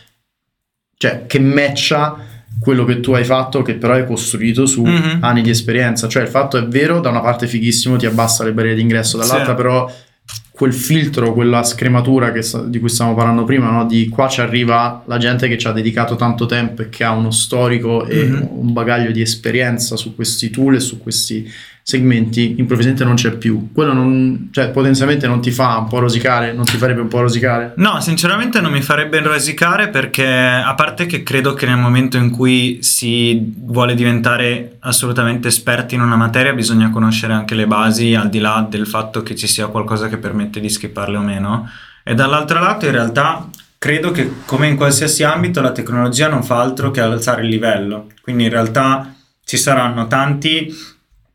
cioè, che matcha quello che tu hai fatto, che però è costruito su mm-hmm. anni di esperienza. Cioè il fatto è vero, da una parte fighissimo, ti abbassa le barriere d'ingresso, dall'altra, sì, però quel filtro, quella scrematura che, di cui stavamo parlando prima, no? Di qua ci arriva la gente che ci ha dedicato tanto tempo e che ha uno storico e mm-hmm. un bagaglio di esperienza su questi tool e su questi segmenti, improvvisamente non c'è più. Quello non, cioè potenzialmente non ti fa un po' rosicare, non ti farebbe un po' rosicare? No, sinceramente non mi farebbe rosicare, perché a parte che credo che nel momento in cui si vuole diventare assolutamente esperti in una materia bisogna conoscere anche le basi, al di là del fatto che ci sia qualcosa che permette di skipparle o meno. E dall'altro lato in realtà credo che, come in qualsiasi ambito, la tecnologia non fa altro che alzare il livello. Quindi in realtà ci saranno tanti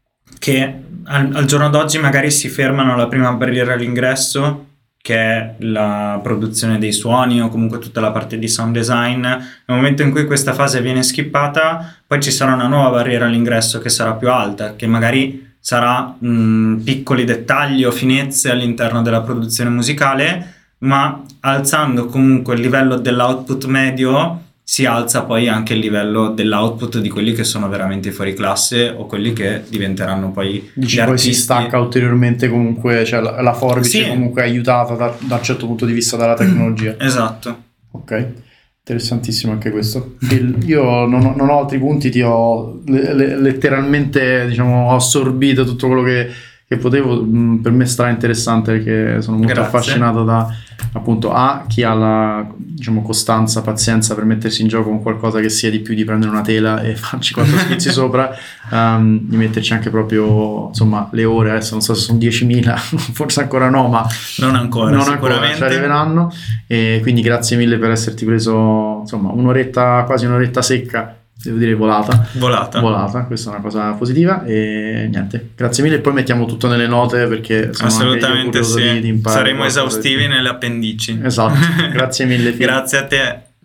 che al, al giorno d'oggi magari si fermano alla prima barriera all'ingresso, che è la produzione dei suoni o comunque tutta la parte di sound design. Nel momento in cui questa fase viene skippata, poi ci sarà una nuova barriera all'ingresso che sarà più alta, che magari sarà mh, piccoli dettagli o finezze all'interno della produzione musicale, ma alzando comunque il livello dell'output medio si alza poi anche il livello dell'output di quelli che sono veramente fuori classe o quelli che diventeranno poi Dici, gli poi artisti. Si stacca ulteriormente comunque, cioè la, la forbice, sì, comunque è aiutata da, da un certo punto di vista dalla tecnologia. Esatto. Ok, interessantissimo anche questo. Il, io non ho, non ho altri punti, ti ho le, le, letteralmente, diciamo, ho assorbito tutto quello che, che potevo. Per me è stra interessante, perché sono molto Grazie. affascinato da, appunto, a chi ha la, diciamo, costanza, pazienza per mettersi in gioco con qualcosa che sia di più di prendere una tela e farci quattro schizzi sopra, um, di metterci anche proprio, insomma, le ore. Adesso non so se sono diecimila, forse ancora no, ma non ancora, non sicuramente ancora, ci arriveranno. E quindi grazie mille per esserti preso, insomma, un'oretta, quasi un'oretta secca, devo dire volata volata volata questa è una cosa positiva. E niente, grazie mille. Poi mettiamo tutto nelle note, perché sono assolutamente anche io sì, di, di saremo esaustivi di... nelle appendici. Esatto. Grazie mille. Grazie a te.